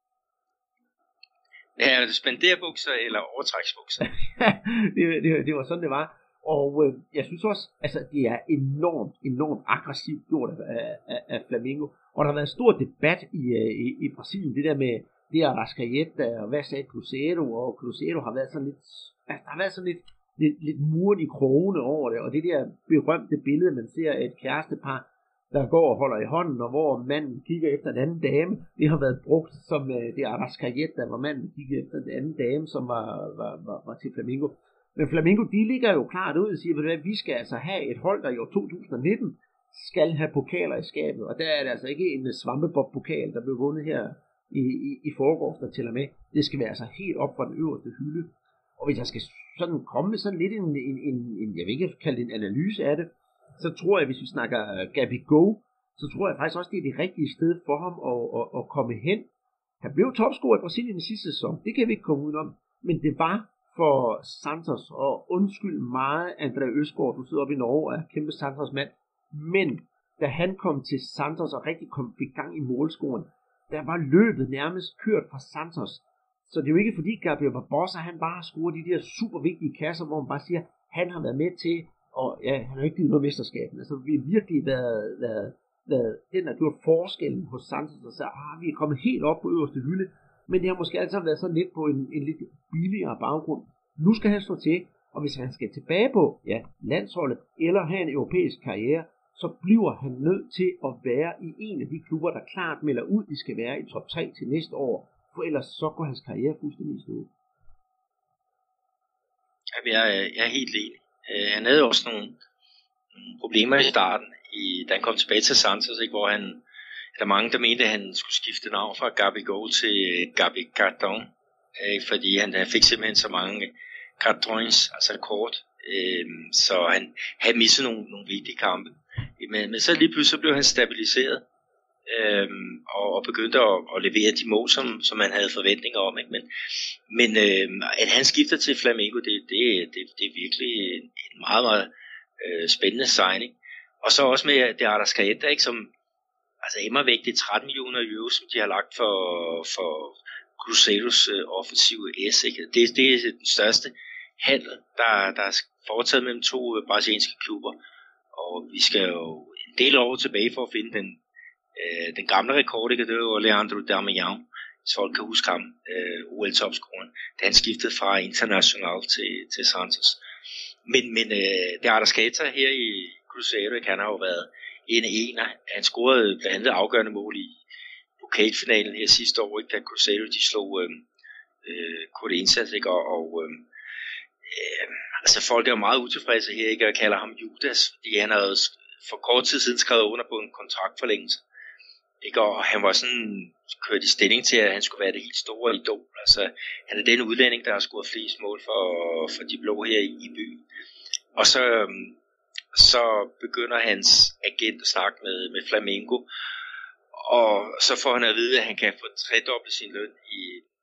Ja, spenderbukser eller overtræksbukser. det, det, det var sådan det var. Og øh, jeg synes også, altså det er enormt, enormt aggressivt gjort af, af, af Flamengo. Og der har været stor debat i, i, i Brasilien, det der med det Arrascaeta, og hvad sagde Cruzeiro, og Cruzeiro har været sådan lidt, altså der har været sådan lidt, lidt, lidt muren i krogene over det, og det der berømte billede, man ser af et kærestepar, der går og holder i hånden, og hvor manden kigger efter den anden dame, det har været brugt som uh, det Arrascaeta, hvor manden kigger efter den anden dame, som var, var, var, var til Flamengo. Men Flamengo, de ligger jo klart ud og siger, at vi skal altså have et hold, der i år to tusind nitten skal have pokaler i skabet, og der er det altså ikke en svampebob-pokal, der blev vundet her i, i, i forgårs, der tæller med. Det skal være altså helt op fra den øverste hylde. Og hvis jeg skal sådan komme med sådan lidt en, en, en, en jeg vil ikke kalde det en analyse af det, så tror jeg, hvis vi snakker Gabigol, så tror jeg faktisk også, det er det rigtige sted for ham at, at, at komme hen. Han blev topscorer i Brasilien i sidste sæson, det kan vi ikke komme udenom, men det var for Santos, og undskyld meget, André Østgaard, du sidder oppe i Norge og er kæmpe Santos mand, men da han kom til Santos og rigtig kom i gang i målscoren, der var løbet nærmest kørt fra Santos. Så det er jo ikke fordi Gabriel Barbosa, han bare har scoret de der super vigtige kasser, hvor man bare siger, han har været med til, og ja, han har ikke givet noget mesterskab. Altså vi har virkelig været, været, været den, der gjort forskellen hos Santos, og så ah, vi er kommet helt op på øverste hylde, men det har måske altid været sådan lidt på en, en lidt billigere baggrund. Nu skal han stå til, og hvis han skal tilbage på ja, landsholdet, eller have en europæisk karriere, så bliver han nødt til at være i en af de klubber, der klart melder ud, de skal være i top tre til næste år, for ellers så går hans karriere fuldstændig i stå. Jeg er, jeg er helt enig. Han havde også nogle problemer i starten, i, da han kom tilbage til Santos, ikke, hvor han, der er mange, der mente, at han skulle skifte navn fra Gabigol til Gabi Carton, ikke, fordi han fik simpelthen så mange cartons, altså kort, øh, så han havde misset nogle, nogle vigtige kampe. Men, men så lige pludselig blev han stabiliseret, øh, og, og begyndte at, at levere de mål, som, som man havde forventninger om. Ikke? Men, men øh, at han skifter til Flamengo, det, det, det, det er virkelig en, en meget, meget øh, spændende signing. Og så også med det Arrascaeta, ikke, som altså immervægtigt tretten millioner euro, som de har lagt for, for Cruzeiros øh, offensive S. Ikke? Det, det er den største handel, der, der er foretaget mellem to øh, brasilianske klubber. Og vi skal jo en del år tilbage for at finde den, øh, den gamle rekord, ikke? Det var Leandro Damião, hvis folk kan huske ham, øh, O L-topscoren, da han skiftede fra Internacional til, til Santos. Men, men øh, det Arrascaeta her i Cruzeiro, han har jo været en af en. Han scorede blandt andet afgørende mål i pokalfinalen her sidste år, ikke? Da Cruzeiro de slog øh, øh, Corinthians, ikke? Og, og øh, øh, altså folk er jo meget utilfredse her, ikke? Og kalder ham Judas, fordi han havde for kort tid siden skrevet under på en kontraktforlængelse, ikke? Og han var sådan kørt i stilling til, at han skulle være det helt store idol. Altså han er den udlænding, der har scoret flest mål for, for de blå her i, i byen. Og så øh, så begynder hans agent at snakke med, med Flamengo, og så får han at vide, at han kan få tredobbelt sin løn i,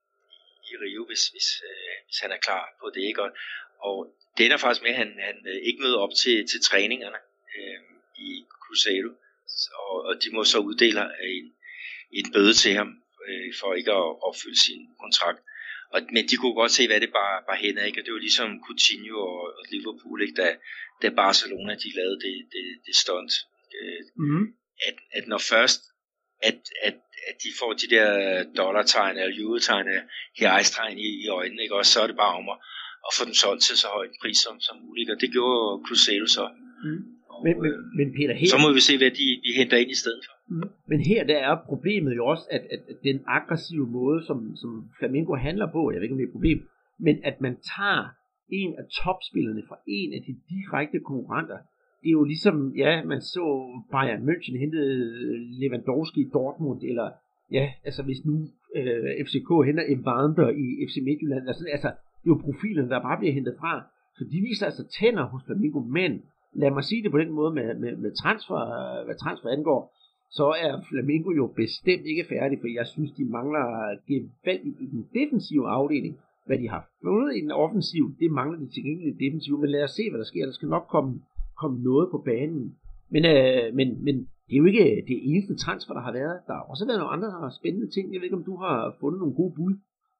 i Rio, hvis, hvis, øh, hvis han er klar på det. Ikke? Og, og det ender faktisk med, at han, han ikke møder op til, til træningerne øh, i Cruzeiro, og, og de må så uddele en, en bøde til ham, øh, for ikke at opfylde sin kontrakt. Og, men de kunne godt se, hvad det bare, bare hen af, ikke? Og det var ligesom Coutinho og, og Liverpool, ikke? Da, da Barcelona de lavede det, det, det stunt. Øh, mm-hmm. at, at når først, at, at, at de får de der dollartegn eller eurotegn her ejstegn i, i øjnene, ikke? Og så er det bare om at, at få dem solgt til så høj en pris som, som muligt, og det gjorde Cruzeiro så. Mm. Og, men, men, men Peter, her... Så må vi se, hvad de, de henter ind i stedet for. Mm. Men her der er problemet jo også, at, at, at den aggressive måde, som, som Flamengo handler på, jeg ved ikke om det er et problem, men at man tager en af topspillerne fra en af de direkte konkurrenter. Det er jo ligesom, ja, man så Bayern München hentede Lewandowski i Dortmund, eller ja, altså hvis nu øh, F C K henter Evander i F C Midtjylland, altså, altså det er jo profilen, der bare bliver hentet fra. Så de viser altså tænder hos Flamengo, men lad mig sige det på den måde med, med, med transfer, hvad transfer angår, så er Flamengo jo bestemt ikke færdig, for jeg synes, de mangler gevaldigt i den defensive afdeling, hvad de har. Men ude i den offensiv, det mangler de til gengæld i defensiv, men lad os se, hvad der sker. Der skal nok komme komme noget på banen. Men, øh, men, men det er jo ikke det eneste transfer, der har været. Der har også været nogle andre spændende ting. Jeg ved ikke, om du har fundet nogle gode bud.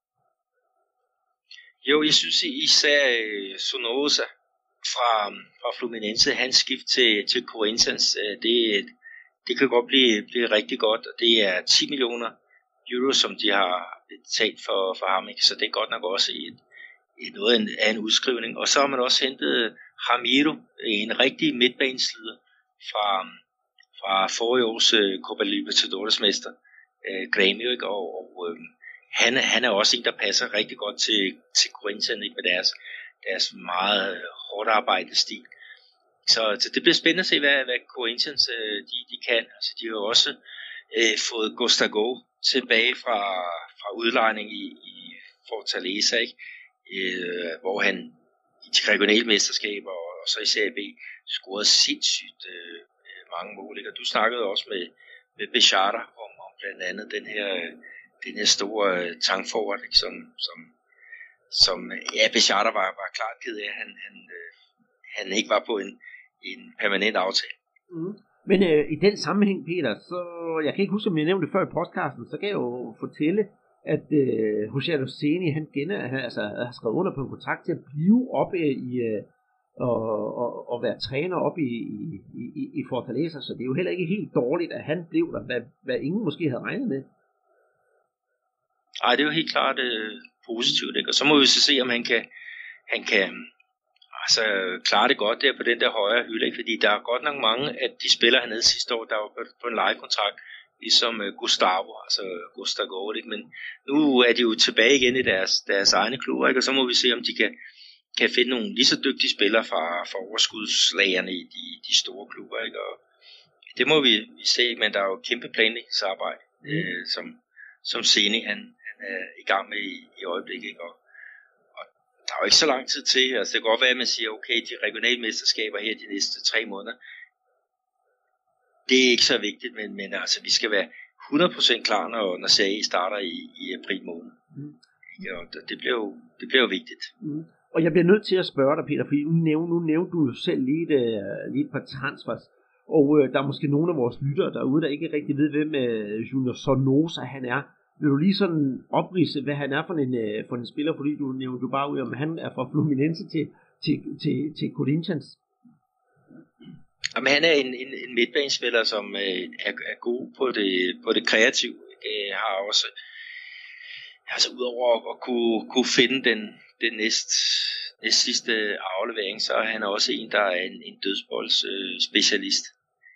Jo, jeg synes især uh, Sonosa fra, fra Fluminense, hans skift til, til Corinthians, uh, det, det kan godt blive, blive rigtig godt. Og det er ti millioner euro, som de har betalt for, for ham. Ikke? Så det er godt nok også et, et noget af en udskrivning. Og så har man også hentet Ramiro, en rigtig midtbaneslider fra, fra forrige års uh, Copa Libertadores mester, uh, Grêmio, ikke? Og, og uh, han, han er også en, der passer rigtig godt til, til Corinthians, ikke? Med deres, deres meget hårdt arbejdende stil. Så, så det bliver spændende at se, hvad, hvad Corinthians uh, de, de kan. Altså, de har jo også uh, fået Gustavo tilbage fra, fra udlejning i, i Fortaleza, ikke? Uh, hvor han i de regionale mesterskaber og, og så i Serie B scorede sindssygt uh, mange mål. Ikke? Og du snakkede også med, med Bechara om, om blandt andet den her, den her store uh, tankforward, ikke? Som, som, som ja, Bechara var, var klart ked af, at han, han, uh, han ikke var på en, en permanent aftale. Mm. Men øh, i den sammenhæng, Peter, så jeg kan ikke huske, om jeg nævnte det før i podcasten, så kan jeg jo fortælle, at øh, José Roseni, han gænder, han altså, har skrevet under på en kontrakt til at blive oppe i øh, og, og, og være træner oppe i, i, i, i Fortaleza, så det er jo heller ikke helt dårligt, at han blev der, hvad, hvad ingen måske havde regnet med. Ej, det er jo helt klart øh, positivt, ikke? Og så må vi så se, om han kan, han kan altså, klare det godt der på den der højre hylde, ikke? Fordi der er godt nok mange af de spillere hernede sidste år, der var på en lejekontrakt, ligesom uh, Gustavo, altså Gustavo, ikke? Men nu er de jo tilbage igen i deres, deres egne klubber, ikke? Og så må vi se, om de kan, kan finde nogle lige så dygtige spillere fra, fra overskudslagerne i de, de store klubber, ikke? Og det må vi, vi se, men der er jo kæmpe planlægningsarbejde, mm. øh, som, som Seni han, han er i gang med i, i øjeblikket, ikke? Og, og der er jo ikke så lang tid til, altså det kan godt være, at man siger, okay, de regionale mesterskaber her de næste tre måneder, det er ikke så vigtigt, men, men altså, vi skal være hundrede procent klar, når, når Serie A starter i, i april måned. Mm. Ja, og det bliver jo, det bliver jo vigtigt. Mm. Og jeg bliver nødt til at spørge dig, Peter, fordi nu nævnte, nu nævnte du jo selv lige et, lige et par transfers, og øh, der er måske nogle af vores lyttere derude, der ikke rigtig ved, hvem øh, Junior Sonosa han er. Vil du lige sådan opridse, hvad han er for en, øh, for en spiller, fordi du nævnte jo bare ud, om han er fra Fluminense til, til, til, til Corinthians? Jamen, han er en, en, en midtbanespiller, som øh, er, er god på det, på det kreative. Øh, har også, altså udover at, at kunne, kunne finde den, den næst, næst sidste aflevering, så er han også en, der er en, en dødsboldsspecialist.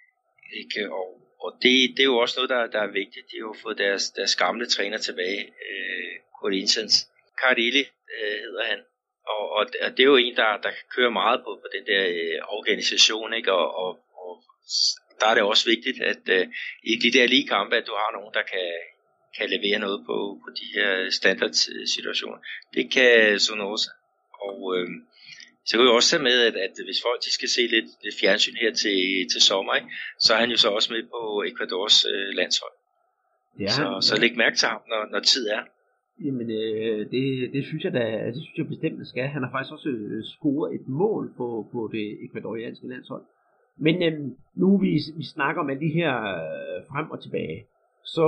Øh, og og det, det er jo også noget, der, der er vigtigt. De har jo fået deres, deres gamle træner tilbage, øh, Corinthians. Carilli øh, hedder han. Og, og det er jo en, der, der kører meget på, på den der øh, organisation, ikke? Og, og, og der er det også vigtigt, at øh, i de der lige kampe, at du har nogen, der kan, kan levere noget på, på de her standardsituationer. Det kan Sonosa. Og øh, så kan vi også tage med, at, at hvis folk de skal se lidt, lidt fjernsyn her til, til sommer, ikke? Så er han jo så også med på Ecuadors øh, landshold. Ja, så, ja. Så læg mærke til ham, når, når tid er. Jamen, øh, det, det synes jeg da, det synes jeg bestemt, det skal. Han har faktisk også øh, scoret et mål på, på det ekvadorianske landshold. Men øh, nu vi, vi snakker om alle de her øh, frem og tilbage, så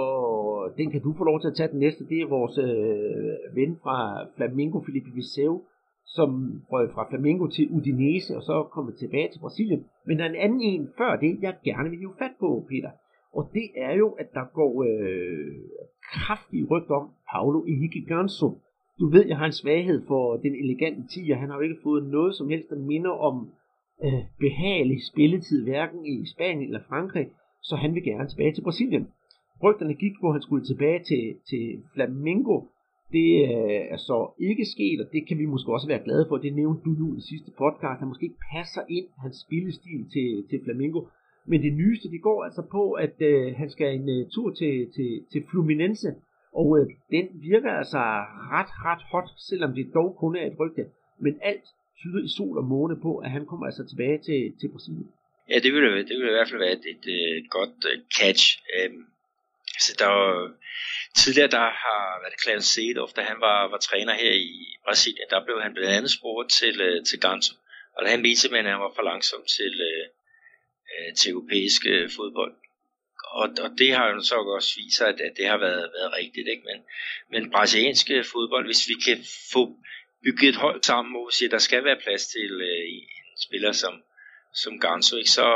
den kan du få lov til at tage den næste. Det er vores øh, ven fra Flamengo, Felipe Viseu, som røg fra Flamengo til Udinese, og så kommet tilbage til Brasilien. Men der er en anden en før det, jeg gerne vil hive fat på, Peter. Og det er jo, at der går øh, kraftige rygter om Paulo Henrique Ganso. Du ved, jeg har en svaghed for den elegante tiger. Han har jo ikke fået noget som helst, der minder om øh, behagelig spilletid, hverken i Spanien eller Frankrig, så han vil gerne tilbage til Brasilien. Rygterne gik på, at han skulle tilbage til, til Flamengo. Det øh, er så ikke sket, og det kan vi måske også være glade for. Det nævnte du nu i sidste podcast. Han måske ikke passer ind hans spillestil til, til Flamengo. Men det nyeste, det går altså på, at øh, han skal en uh, tur til, til, til Fluminense. Og øh, den virker altså ret, ret hot, selvom det dog kun er et rygte. Men alt tyder i sol og måne på, at han kommer altså tilbage til, til Brasilien. Ja, det ville, det ville i hvert fald være et, et, et godt uh, catch. Um, altså, der var, tidligere der har været Clarence Seedorf, da han var, var træner her i Brasilien, der blev han blandt andet spurgt til, uh, til Ganso, Og han mente simpelthen, at han var for langsom til, øh, til europæisk øh, fodbold. Og, og det har jo så også vist sig, at, at det har været, været rigtigt. Ikke? Men, men brasiliansk fodbold, hvis vi kan få bygget et hold sammen, hvor vi siger, at der skal være plads til øh, en spiller som, som Ganso, ikke? Så,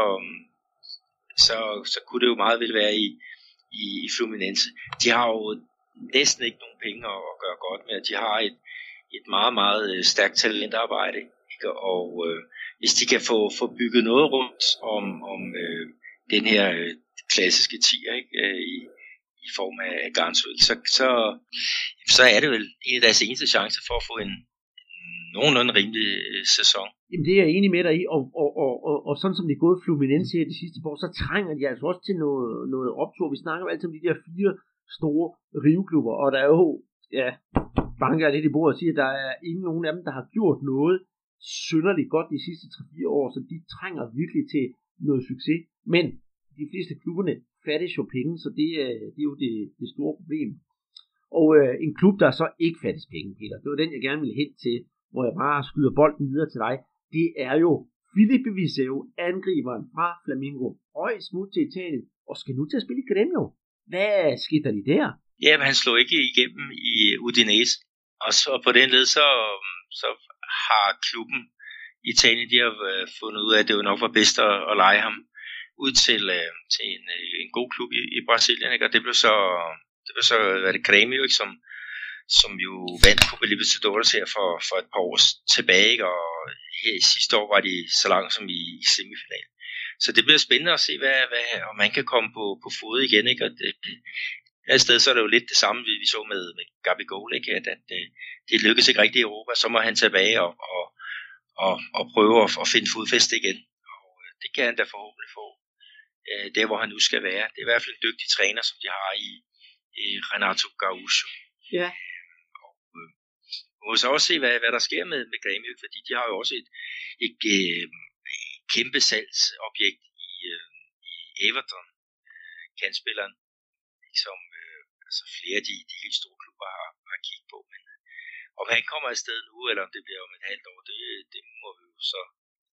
så, så kunne det jo meget vel være i, i, i Fluminense. De har jo næsten ikke nogen penge at, at gøre godt med. De har et, et meget, meget stærkt talentarbejde. Ikke? Og øh, hvis de kan få, få bygget noget rundt om, om øh, den her øh, klassiske tier, ikke? Øh, i, i form af Ganso, så, så, så er det vel en af deres eneste chancer for at få en, nogenlunde rimelig øh, sæson. Jamen det er jeg enig med dig i, og, og, og, og, og sådan som det er gået Fluminense her de sidste år, så trænger de altså også til noget, noget optur. Vi snakker altid om de der fire store riveklubber, og der er jo, ja, banker lidt i bordet og siger, at der er ingen nogen af dem, der har gjort noget synderligt godt de sidste tre fire år, så de trænger virkelig til noget succes. Men de fleste klubberne fattes jo penge, så det, det er jo det, det store problem. Og øh, en klub, der så ikke fattes penge, Peter, det var den, jeg gerne ville hen til, hvor jeg bare skyder bolden videre til dig. Det er jo Filipe Viseu, angriberen fra Flamengo, og smut til Italien, og skal nu til at spille i Grêmio. Hvad skete der lige der? Ja, men han slog ikke igennem i Udinese, og så på den led, så, så har klubben i Italien, de har fundet ud af, at det jo nok var bedst at, at lege ham ud til, til en, en god klub i, i Brasilien, ikke? Og det blev så, det blev så hvad det, Grêmio, ikke? Som, som jo vandt Copa Libertadores her for, for et par år tilbage, ikke? Og her i sidste år var de så langt som i, i semifinalen. Så det bliver spændende at se, hvad, hvad, om man kan komme på, på fod igen, ikke? Og det, et sted så er det jo lidt det samme, vi, vi så med, med Gabigol, ikke? At, at det, det lykkes ikke rigtigt i Europa, så må han tilbage og, og, og, og prøve at, at finde fodfæste igen. Og det kan han da forhåbentlig få, øh, der hvor han nu skal være. Det er i hvert fald en dygtig træner, som de har i, i Renato Gaúcho. Ja. Og øh, vi må så også se, hvad, hvad der sker med, med Grêmio, fordi de har jo også et, et, et, et kæmpe salgsobjekt i, øh, i Everton, øh, kandspilleren, som øh, altså flere af de, de helt store klubber har, har kigget på. Men øh, om han kommer afsted nu, eller om det bliver om et halvt år, det, det må vi jo så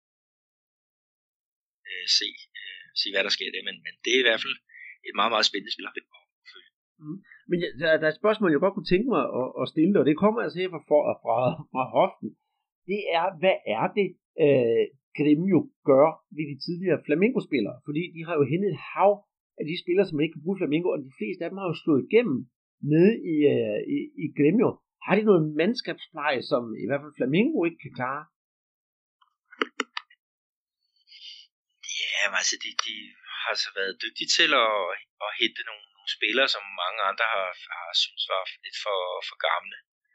øh, se, øh, se, hvad der sker der. Men, men det er i hvert fald et meget, meget spændende spil at følge. Mm. Men der, der er et spørgsmål, jeg godt kunne tænke mig at, at stille, og det kommer altså her fra, fra, fra hoften. Det er, hvad er det, øh, Grêmio gør ved de tidligere Flamengo-spillere? Fordi de har jo hentet et hav af de spillere, som ikke kan bruge Flamengo, og de fleste af dem har jo slået igennem nede i, øh, i, i Grêmio. Har de noget mandskabspleje, som i hvert fald Flamengo ikke kan klare? Ja, altså de, de har så været dygtige til at, at hente nogle, nogle spillere, som mange andre har, har synes var lidt for, for gamle.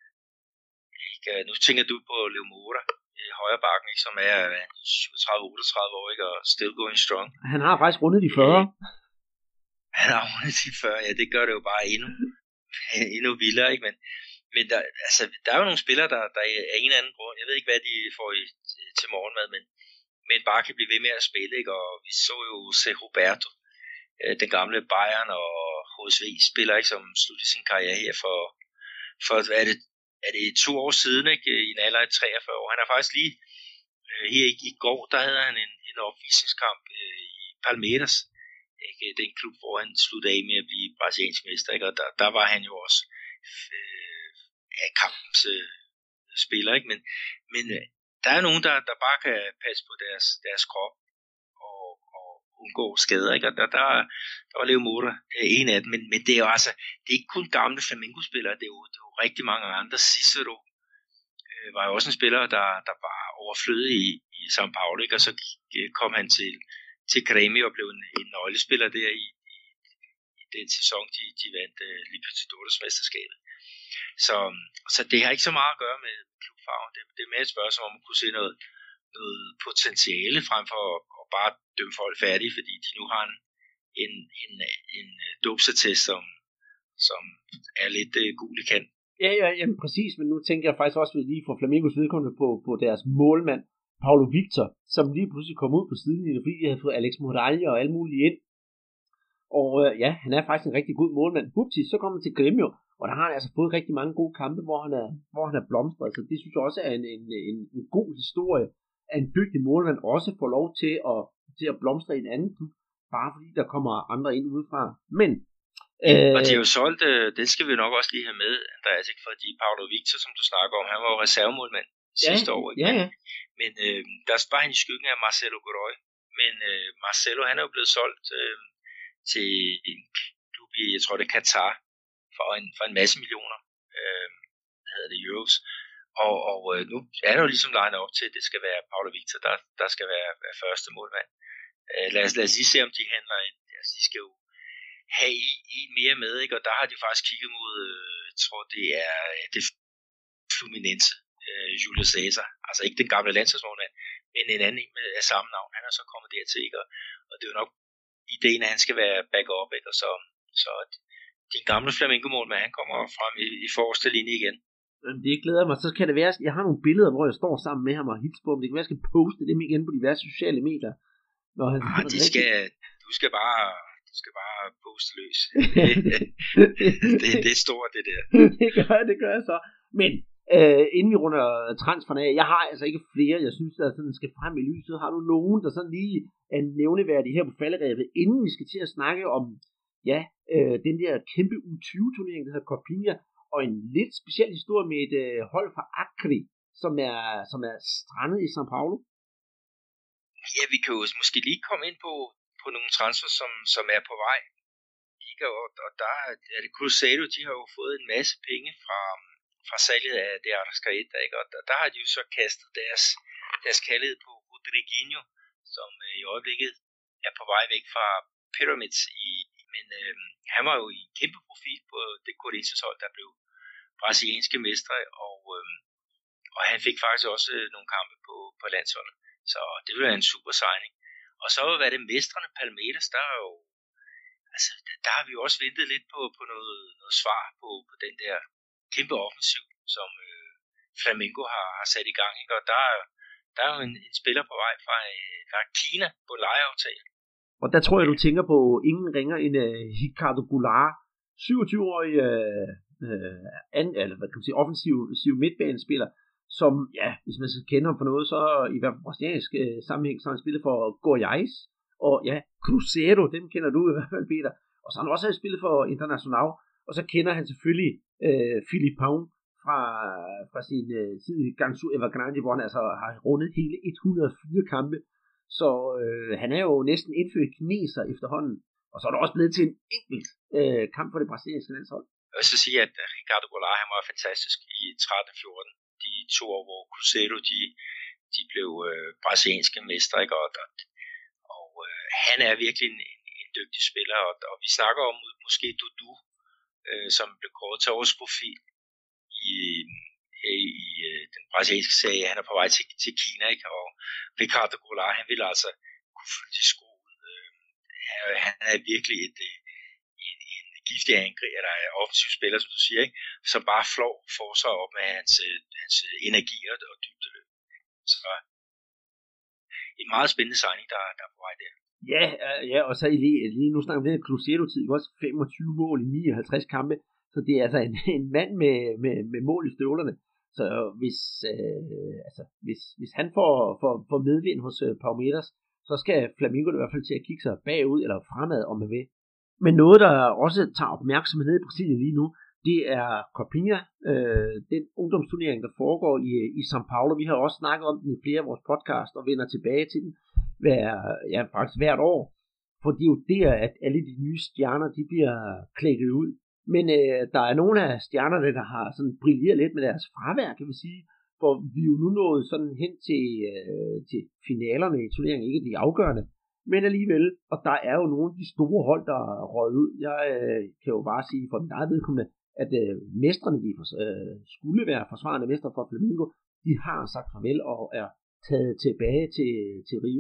Ikke? Nu tænker du på Leo Moura, højre bakken, ikke, som er syvogtredive otteogtredive år, ikke, og still going strong. Han har faktisk rundet de fyrre. Han har rundet de fyrre, ja, det gør det jo bare endnu, endnu vildere, ikke? Men, men der, altså, der er jo nogle spillere, der, der er en eller anden grund, jeg ved ikke, hvad de får i, til morgenmad, men, men bare kan blive ved med at spille, ikke? Og vi så jo se Roberto, den gamle Bayern og H S V-spiller, ikke, som sluttede sin karriere her for, for hvad er det, er det to år siden, ikke, i en alder af treogfyrre år. Han er faktisk lige øh, her i, i går, der havde han en, en opvisningskamp øh, i Palmeiras, ikke, den klub, hvor han sluttede af med at blive brasiliansk mester, ikke, og der, der var han jo også øh, af kampens øh, spiller, ikke, men, men øh, der er nogen, der, der bare kan passe på deres, deres krop og, og undgå skader, ikke, og der, der, der var Leo Moura øh, en af dem, men, men det er jo altså, det er ikke kun gamle Flamengo-spillere, det er jo, det er jo rigtig mange andre. Cicero øh, var jo også en spiller, der, der var overflødig i, i São Paulo, ikke? Og så kom han til, til Grêmio og blev en, en nøglespiller der i, i, i den sæson, de, de vandt uh, Libertadores mesterskabet. Så, så det har ikke så meget at gøre med klubfarven. Det, det er mere et spørgsmål om at kunne se noget, noget potentiale frem for at, at bare dømme folk færdige, fordi de nu har en, en, en, en dopsetest, som som er lidt øh, gul i kant. Ja, ja, jamen præcis, men nu tænker jeg faktisk også lige fra Flamengos vedkommende på, på deres målmand, Paulo Victor, som lige pludselig kom ud på sidelinjen, fordi de havde fået Alex Moralja og alle mulige ind. Og øh, ja, han er faktisk en rigtig god målmand. Bupti, så kommer han til Grêmio, og der har han altså fået rigtig mange gode kampe, hvor han er, hvor han er blomstret, så det synes jeg også er en, en, en, en god historie. at en dygtig målmand også får lov til at, til at blomstre i en anden klub, bare fordi der kommer andre ind udefra. Men Øh, og det er jo solgt, øh, det skal vi nok også lige have med, Andreas, ikke? Fordi Paulo Victor, som du snakker om, han var jo reservemålmand sidste ja, år, ikke? Ja, ja. Men øh, der var han i skyggen af Marcelo Godoy. Men øh, Marcelo, han er jo blevet solgt øh, til en klub i, jeg tror det er Katar, for en, for en masse millioner, øh, hvad hedder det, euros. Og, og øh, nu er der jo ligesom legnet op til, at det skal være Paulo Victor, der, der skal være, være første målmand. Øh, lad, os, lad os lige se, om de handler ind. Altså, de skal jo have en mere med, ikke? Og der har de faktisk kigget mod, øh, jeg tror det er det Fluminense, øh, Julius Cesar, altså ikke den gamle landsholdsmålmand, men en anden en med samme navn, han er så kommet dertil, ikke? Og, og det er jo nok ideen, at han skal være backup, ikke? Og så, så din gamle Flamengo-målmand, han kommer frem i, i forreste linje igen. Det glæder mig. Så kan det være, jeg har nogle billeder, hvor jeg står sammen med ham og hilser på ham. Det kan være, jeg skal poste dem igen på diverse sociale medier. Når han ah, de skal, du skal bare du skal bare poste løs. det, det er stort, det der. det gør det gør jeg så. Men øh, inden vi runder transferen af, jeg har altså ikke flere, jeg synes, der sådan skal frem i lyset. Har du nogen, der sådan lige er nævneværdige her på falderevet, inden vi skal til at snakke om ja, øh, den der kæmpe U tyve turnering, der hedder Copinha, og en lidt speciel historie med et øh, hold fra Acre, som er, som er strandet i São Paulo. Ja, vi kan jo måske lige komme ind på, på nogle transfer, som, som er på vej. Ikke? Og, og der er det Cruzeiro, de har jo fået en masse penge fra, fra salget af det Arrascaeta, ikke? Og der, der har de jo så kastet deres, deres kærlighed på Rodriguinho, som øh, i øjeblikket er på vej væk fra Pyramids. I, men øh, han var jo i en kæmpe profil på det Corinthians hold, der blev brasilianske mestre, og, øh, og han fik faktisk også nogle kampe på, på landsholdet. Så det ville være en super signing. Og så var det mestrene Palmeiras, der er jo, altså der har vi jo også ventet lidt på, på noget, noget svar på, på den der kæmpe offensiv, som øh, Flamengo har, har sat i gang, ikke? Og der, der er jo en, en spiller på vej fra, fra Kina på lejeaftale. Og der tror jeg, du tænker på ingen ringer end uh, Ricardo Goulart, syvogtyve-årig uh, uh, an, eller, hvad kan man sige, offensiv, offensiv midtbanespiller, som, ja, hvis man skal kende ham for noget, så i hvert fald brasiliansk uh, sammenhæng, så har han spillet for Goiás, og ja, Cruzeiro, dem kender du i hvert fald, Peter, og så har han også spillet for Internacional, og så kender han selvfølgelig uh, Filipão fra, fra sin uh, tid i Gansu Evergrande, hvor han altså har rundet hele et hundrede og fire kampe, så øh, han er jo næsten indfødt kineser efterhånden, og så er der også blevet til en enkelt øh, kamp for det brasilianske landshold. Jeg vil så sige, at Ricardo Goulart, han var fantastisk i tretten fjorten, de to år, hvor Cruzeiro, de, de blev øh, brasilianske mestre, ikke? Og, og øh, han er virkelig en, en dygtig spiller, og, og vi snakker om måske Dudu, øh, som blev kåret til årets profil i i, i øh, den brasilianske serie. Han er på vej til, til Kina, ikke? Og Ricardo Goulart, han vil altså kunne fylde de sko ud. Øh, han er virkelig et, en, en giftig angriber, eller offensiv spiller, som du siger, ikke? Som bare flår for sig op med hans, hans energi og dybdeløb. Så en meget spændende signing, der, der er på vej der. Ja, ja, og så lige, lige nu snakker vi om det her Cruzeiro-tid, også femogtyve mål i nioghalvtreds kampe, så det er altså en, en mand med, med, med mål i støvlerne. Så hvis, øh, altså, hvis, hvis han får, får, får medvind hos øh, Palmeiras, så skal Flamengo i hvert fald til at kigge sig bagud eller fremad, om man vil. Men noget, der også tager opmærksomhed i Brasilien lige nu, det er Copinha, øh, den ungdomsturnering, der foregår i, i São Paulo. Vi har også snakket om den i flere af vores podcast og vender tilbage til den hver, ja, faktisk hvert år. For det er jo der, at alle de nye stjerner, de bliver klækket ud. Men øh, der er nogle af stjernerne, der har sådan brilleret lidt med deres fravær, kan vi sige. For vi er jo nu nået sådan hen til, øh, til finalerne i turneringen, ikke de afgørende. Men alligevel, og der er jo nogle af de store hold, der er røget ud. Jeg øh, kan jo bare sige for min eget vedkommende, at øh, mestrene, de øh, skulle være forsvarende mestre for Flamengo, de har sagt farvel og er taget tilbage til, til Rio.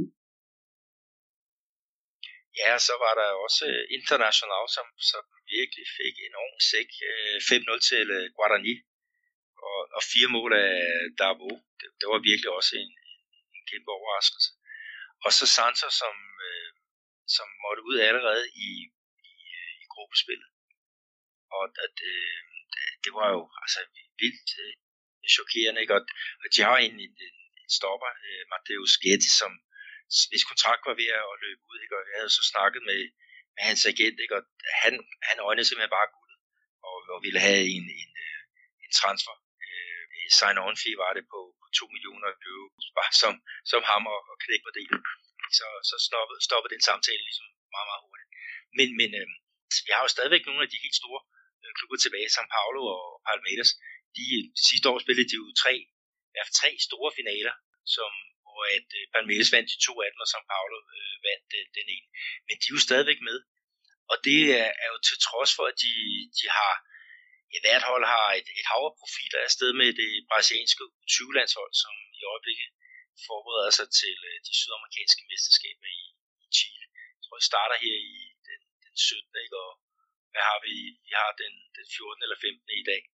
Ja, så var der også Internacional, som, som virkelig fik en ordentlig sæk. fem nul til Guarani og, og fire mål af Davo. Det, det var virkelig også en, en kæmpe overraskelse. Og så Santos, som, øh, som måtte ud allerede i, i, i gruppespillet. Og at, øh, det var jo altså vildt øh, chokerende, ikke? Og, og de har en, en, stopper, øh, Matteo Schetti, som hvis kontrakt var ved at løbe ud, ikke? Og jeg havde så snakket med, med hans agent, ikke? Og han, han øjnede simpelthen bare guldet, og, og ville have en, en, en transfer. Øh, sign-on fee var det på, på to millioner euro, bare som, som ham og, og knæk på det. Så, så stoppede, stoppede den samtale ligesom meget, meget hurtigt. Men, men øh, vi har jo stadigvæk nogle af de helt store øh, klubber tilbage, São Paulo og Palmeiras. De, sidste år spillede de jo tre, i hvert fald tre store finaler, som, hvor at øh, Palmeiras vandt de to af dem, og São Paulo øh, vandt øh, den ene. Men de er jo stadigvæk med. Og det er, er jo til trods for, at de, de har, ja, hvert hold har et, et hav af profiler afsted med det brasilianske U tyve landshold, som i øjeblikket forbereder sig til øh, de sydamerikanske mesterskaber i, i Chile. Jeg tror, det starter her i den, den syttende, ikke? Og hvad har vi? Vi har den, den fjortende eller femtende i dag.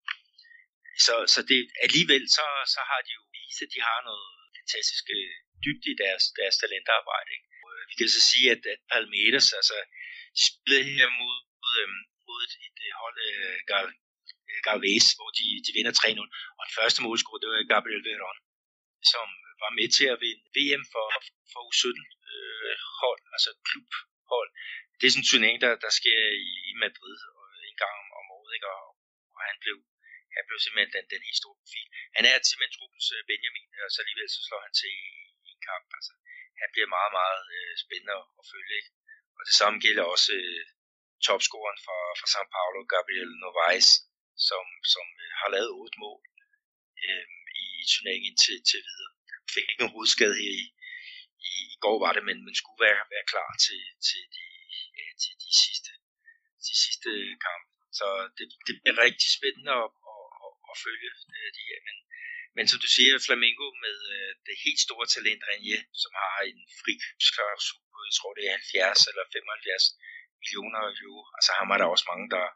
Så, så det, alligevel så, så har de jo vist, at de har noget fantastisk dybde i deres, deres talentarbejde. Ikke? Og vi kan så sige, at, at Palmeiras, altså, de spillede her mod, mod et, et hold, uh, Gal, Galvez, hvor de, de vinder tre nul. Og den første målscorer, det var Gabriel Veron, som var med til at vinde V M for, for U sytten øh, hold, altså klubhold. Det er sådan en turnering, der, der sker i, i Madrid og en gang om, om året, ikke? Og, og han blev Han blev simpelthen den, den helt store profil. Han er simpelthen truppens Benjamin, og så alligevel så slår han til i, i en kamp. Altså, han bliver meget, meget øh, spændende at følge. Ikke? Og det samme gælder også øh, topscoreren fra, fra São Paulo, Gabriel Novaes, som, som øh, har lavet otte mål øh, i turneringen til, til videre. Fik ikke nogen hovedskade her i, i, i går var det, men man skulle være, være klar til, til, de, ja, til de sidste, de sidste kampe. Så det, det bliver rigtig spændende at at følge øh, de her. Men, men som du siger, Flamengo med øh, det helt store talent Renier, som har en frikøbsklausul på, jeg tror det er halvfjerds eller femoghalvfjerds millioner euro. Altså ham er der også mange, der,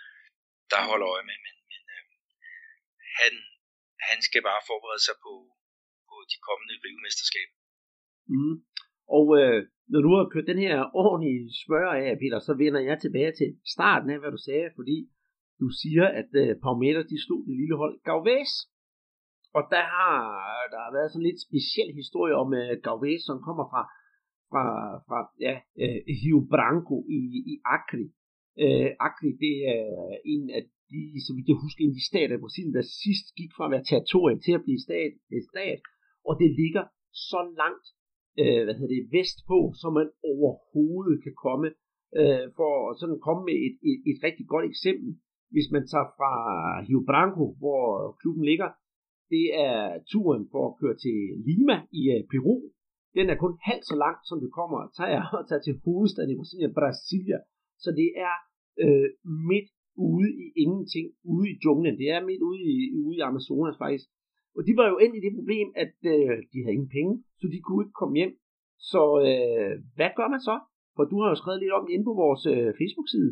der holder øje med, men, men øh, han, han skal bare forberede sig på, på de kommende Rio-mesterskaber. Mm. Og øh, når du har kørt den her ordentlige spørger af, Peter, så vender jeg tilbage til starten af, hvad du sagde, fordi du siger, at uh, Palmeiras, de slog det lille hold Galvez. Og der har, der har været sådan lidt speciel historie om uh, Galvez, som kommer fra, fra, fra ja, uh, Rio Branco i, i Acre. Uh, Acre, det er en af de, så vidt jeg husker, en af de stater i Brasilien, der sidst gik fra at være territorium til at blive stat, stat. Og det ligger så langt uh, hvad hedder det, vestpå, som man overhovedet kan komme. Uh, for at sådan komme med et, et, et rigtig godt eksempel. Hvis man tager fra Rio Branco, hvor klubben ligger, det er turen for at køre til Lima i Peru. Den er kun halvt så langt, som det kommer at tage, at tage til hovedstaden i Brasilien, Brasilia. Så det er øh, midt ude i ingenting, ude i junglen. Det er midt ude i, ude i Amazonas faktisk. Og de var jo endt i det problem, at øh, de havde ingen penge, så de kunne ikke komme hjem. Så øh, hvad gør man så? For du har jo skrevet lidt om det inde på vores øh, Facebook-side.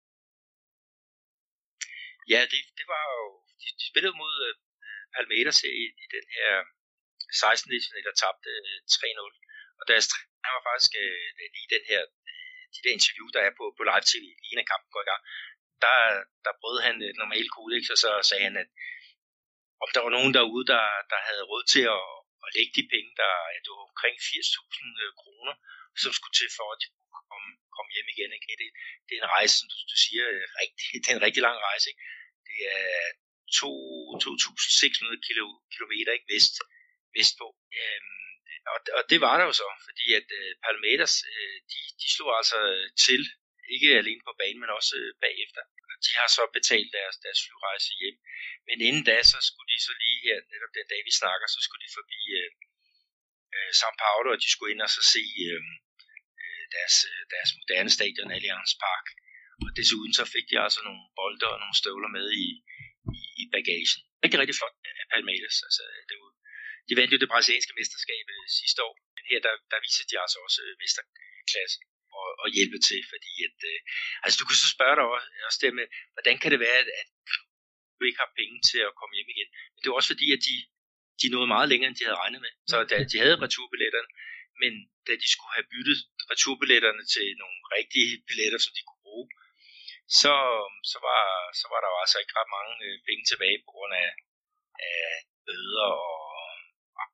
Ja, det, det var jo, de, de spillede mod uh, Palmeiras i, i den her sekstende edition, der tabte uh, tre nul. Og deres træner var faktisk uh, lige den her, uh, de der interview, der er på, på live tv, lige inden kampen går i gang, der, der brød han et normalt kodex, og så sagde han, at om der var nogen derude, der, der havde råd til at, at lægge de penge, der ja, det var omkring firs tusind kroner, som skulle til for at komme kom hjem igen. Ikke? Det, det er en rejse, som du, du siger, rigtig, det er en rigtig lang rejse. Ikke? Det er to tusind seks hundrede kilometer ikke? Vest, vestpå. Øhm, og, og det var der jo så, fordi at øh, Palmeiras, øh, de, de slog altså til, ikke alene på banen, men også øh, bagefter. De har så betalt deres, deres flyrejse hjem. Men inden da, så skulle de så lige her, netop den dag vi snakker, så skulle de forbi øh, øh, São Paulo, og de skulle ind og så se øh, deres, deres moderne stadion, Allianz Park. Og desuden så fik de altså nogle bolde og nogle støvler med i, i, i bagagen. Rigtig, rigtig flot af Palmeiras. Altså, det var, de vandt jo det brasilianske mesterskab sidste år, men her der, der viser de altså også mesterklasse og, og hjælpe til, fordi at, øh, altså du kan så spørge dig også, også det med, hvordan kan det være, at, at du ikke har penge til at komme hjem igen. Men det er også fordi, at de, de nåede meget længere, end de havde regnet med. Så da de havde returbilletterne, men da de skulle have byttet returbilletterne til nogle rigtige billetter, som de kunne bruge, så, så, var, så var der jo altså ikke ret mange øh, penge tilbage på grund af, af bøder og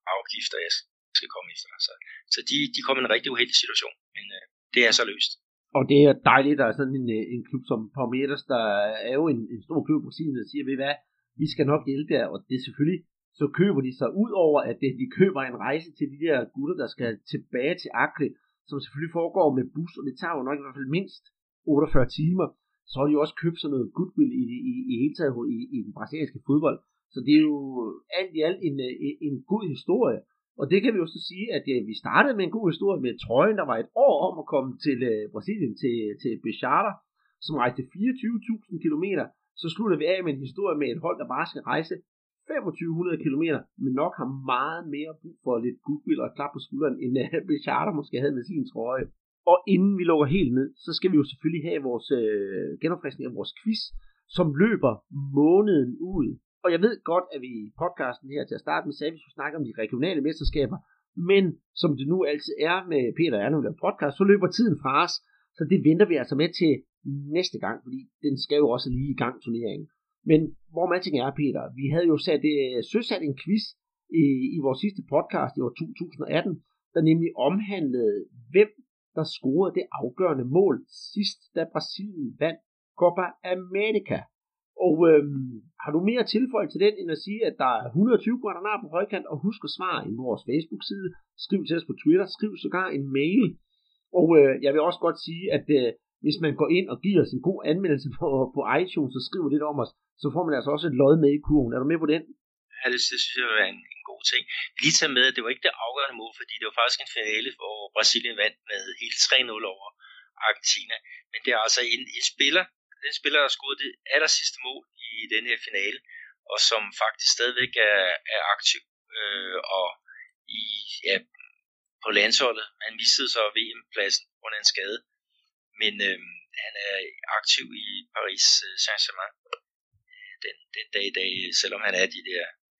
afgifter, jeg skal komme efter dig. Så, så de, de kom i en rigtig uheldig situation, men øh, det er så løst. Og det er dejligt, der er sådan en, en klub som Palmeiras, der er jo en, en stor klub på Brasilien, der siger, ved hvad, vi skal nok hjælpe jer, og det er selvfølgelig, så køber de sig ud over, at det, de køber en rejse til de der gutter, der skal tilbage til Acre, som selvfølgelig foregår med bus, og det tager jo nok i hvert fald mindst otteogfyrre timer, så har de også købt sådan noget goodwill i, i, i hele taget i, i den brasilianske fodbold. Så det er jo alt i alt en, en, en god historie. Og det kan vi jo så sige, at ja, vi startede med en god historie med trøjen, der var et år om at komme til uh, Brasilien, til, til Bechara, som rejste fireogtyve tusind kilometer. Så slutter vi af med en historie med et hold, der bare skal rejse femogtyve hundrede kilometer, men nok har meget mere brug for lidt goodwill og et klap på skulderen, end uh, Bechara måske havde med sin trøje. Og inden vi lukker helt ned, så skal vi jo selvfølgelig have vores øh, genopfriskning af vores quiz, som løber måneden ud. Og jeg ved godt, at vi i podcasten her til at starte med sagde, at vi skulle snakke om de regionale mesterskaber, men som det nu altid er med Peter og Erno, der podcast, så løber tiden fra os, så det venter vi altså med til næste gang, fordi den skal jo også lige i gang turneringen. Men hvor man tænker er, Peter, vi havde jo sat, øh, søsat en quiz i, i vores sidste podcast i år to tusind atten, der nemlig omhandlede, hvem der scorede det afgørende mål sidst, da Brasilien vandt Copa América. Og øhm, har du mere tilføjet til den, end at sige, at der er et hundrede og tyve guaranar på højkant, og husk at svare i vores Facebook-side, skriv til os på Twitter, skriv sågar en mail. Og øh, jeg vil også godt sige, at øh, hvis man går ind og giver os en god anmeldelse på, på iTunes, og skriver lidt om os, så får man altså også et lod med i kurven. Er du med på den? Ja, det synes jeg er en, en god ting. Lige tage med, at det var ikke det afgørende mål, fordi det var faktisk en finale, hvor Brasilien vandt med hele tre nul over Argentina. Men det er altså en, en spiller, den spiller, der scorede det aller sidste mål i den her finale, og som faktisk stadigvæk er, er aktiv øh, og i, ja, på landsholdet. Han mistede så V M-pladsen under en skade, men øh, han er aktiv i Paris Saint-Germain den, den dag i dag, selvom han er de der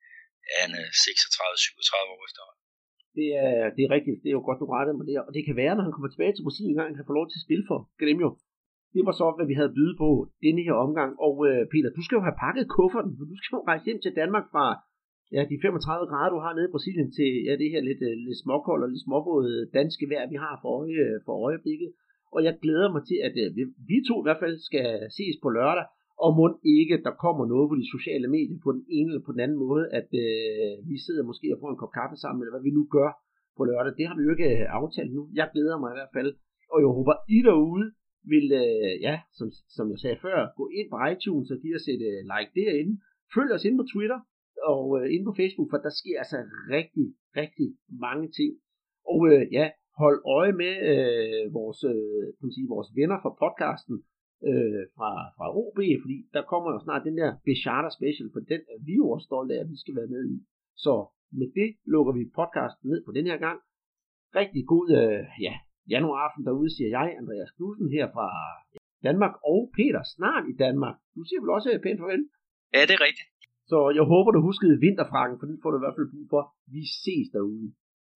han er seksogtredive syvogtredive år efterhånden. Det er, det er rigtigt, det er jo godt, du rettede mig der, og det kan være, når han kommer tilbage til Brasilien en gang, han kan få lov til at spille for Grêmio. Det var så, hvad vi havde bydet på denne her omgang, og øh, Peter, du skal jo have pakket kufferten, for du skal jo rejse hjem til Danmark fra ja, de femogtredive grader, du har nede i Brasilien, til ja, det her lidt, øh, lidt småkold og lidt småbåde danske vejr, vi har for, øje, for øjeblikket. Og jeg glæder mig til, at øh, vi to i hvert fald skal ses på lørdag, og må ikke, der kommer noget på de sociale medier på den ene eller på den anden måde, at øh, vi sidder måske og får en kop kaffe sammen, eller hvad vi nu gør på lørdag. Det har vi jo ikke aftalt nu. Jeg glæder mig i hvert fald, og jeg håber, I derude vil, øh, ja, som, som jeg sagde før, gå ind på iTunes og give os et øh, like derinde. Følg os ind på Twitter og øh, ind på Facebook, for der sker altså rigtig, rigtig mange ting. Og øh, ja, hold øje med øh, vores, øh, kan man sige, vores venner fra podcasten, Øh, fra, fra O B, fordi der kommer jo snart den der Bechara Special, for den er vi jo også stolte af, at vi skal være med i. Så med det lukker vi podcasten ned på den her gang. Rigtig god øh, ja, januaraften derude, siger jeg, Andreas Knudsen her fra Danmark, og Peter snart i Danmark. Du siger vel også pænt farvel? Ja, det er rigtigt. Så jeg håber, du huskede vinterfrakken, for den får du i hvert fald brug for. Vi ses derude.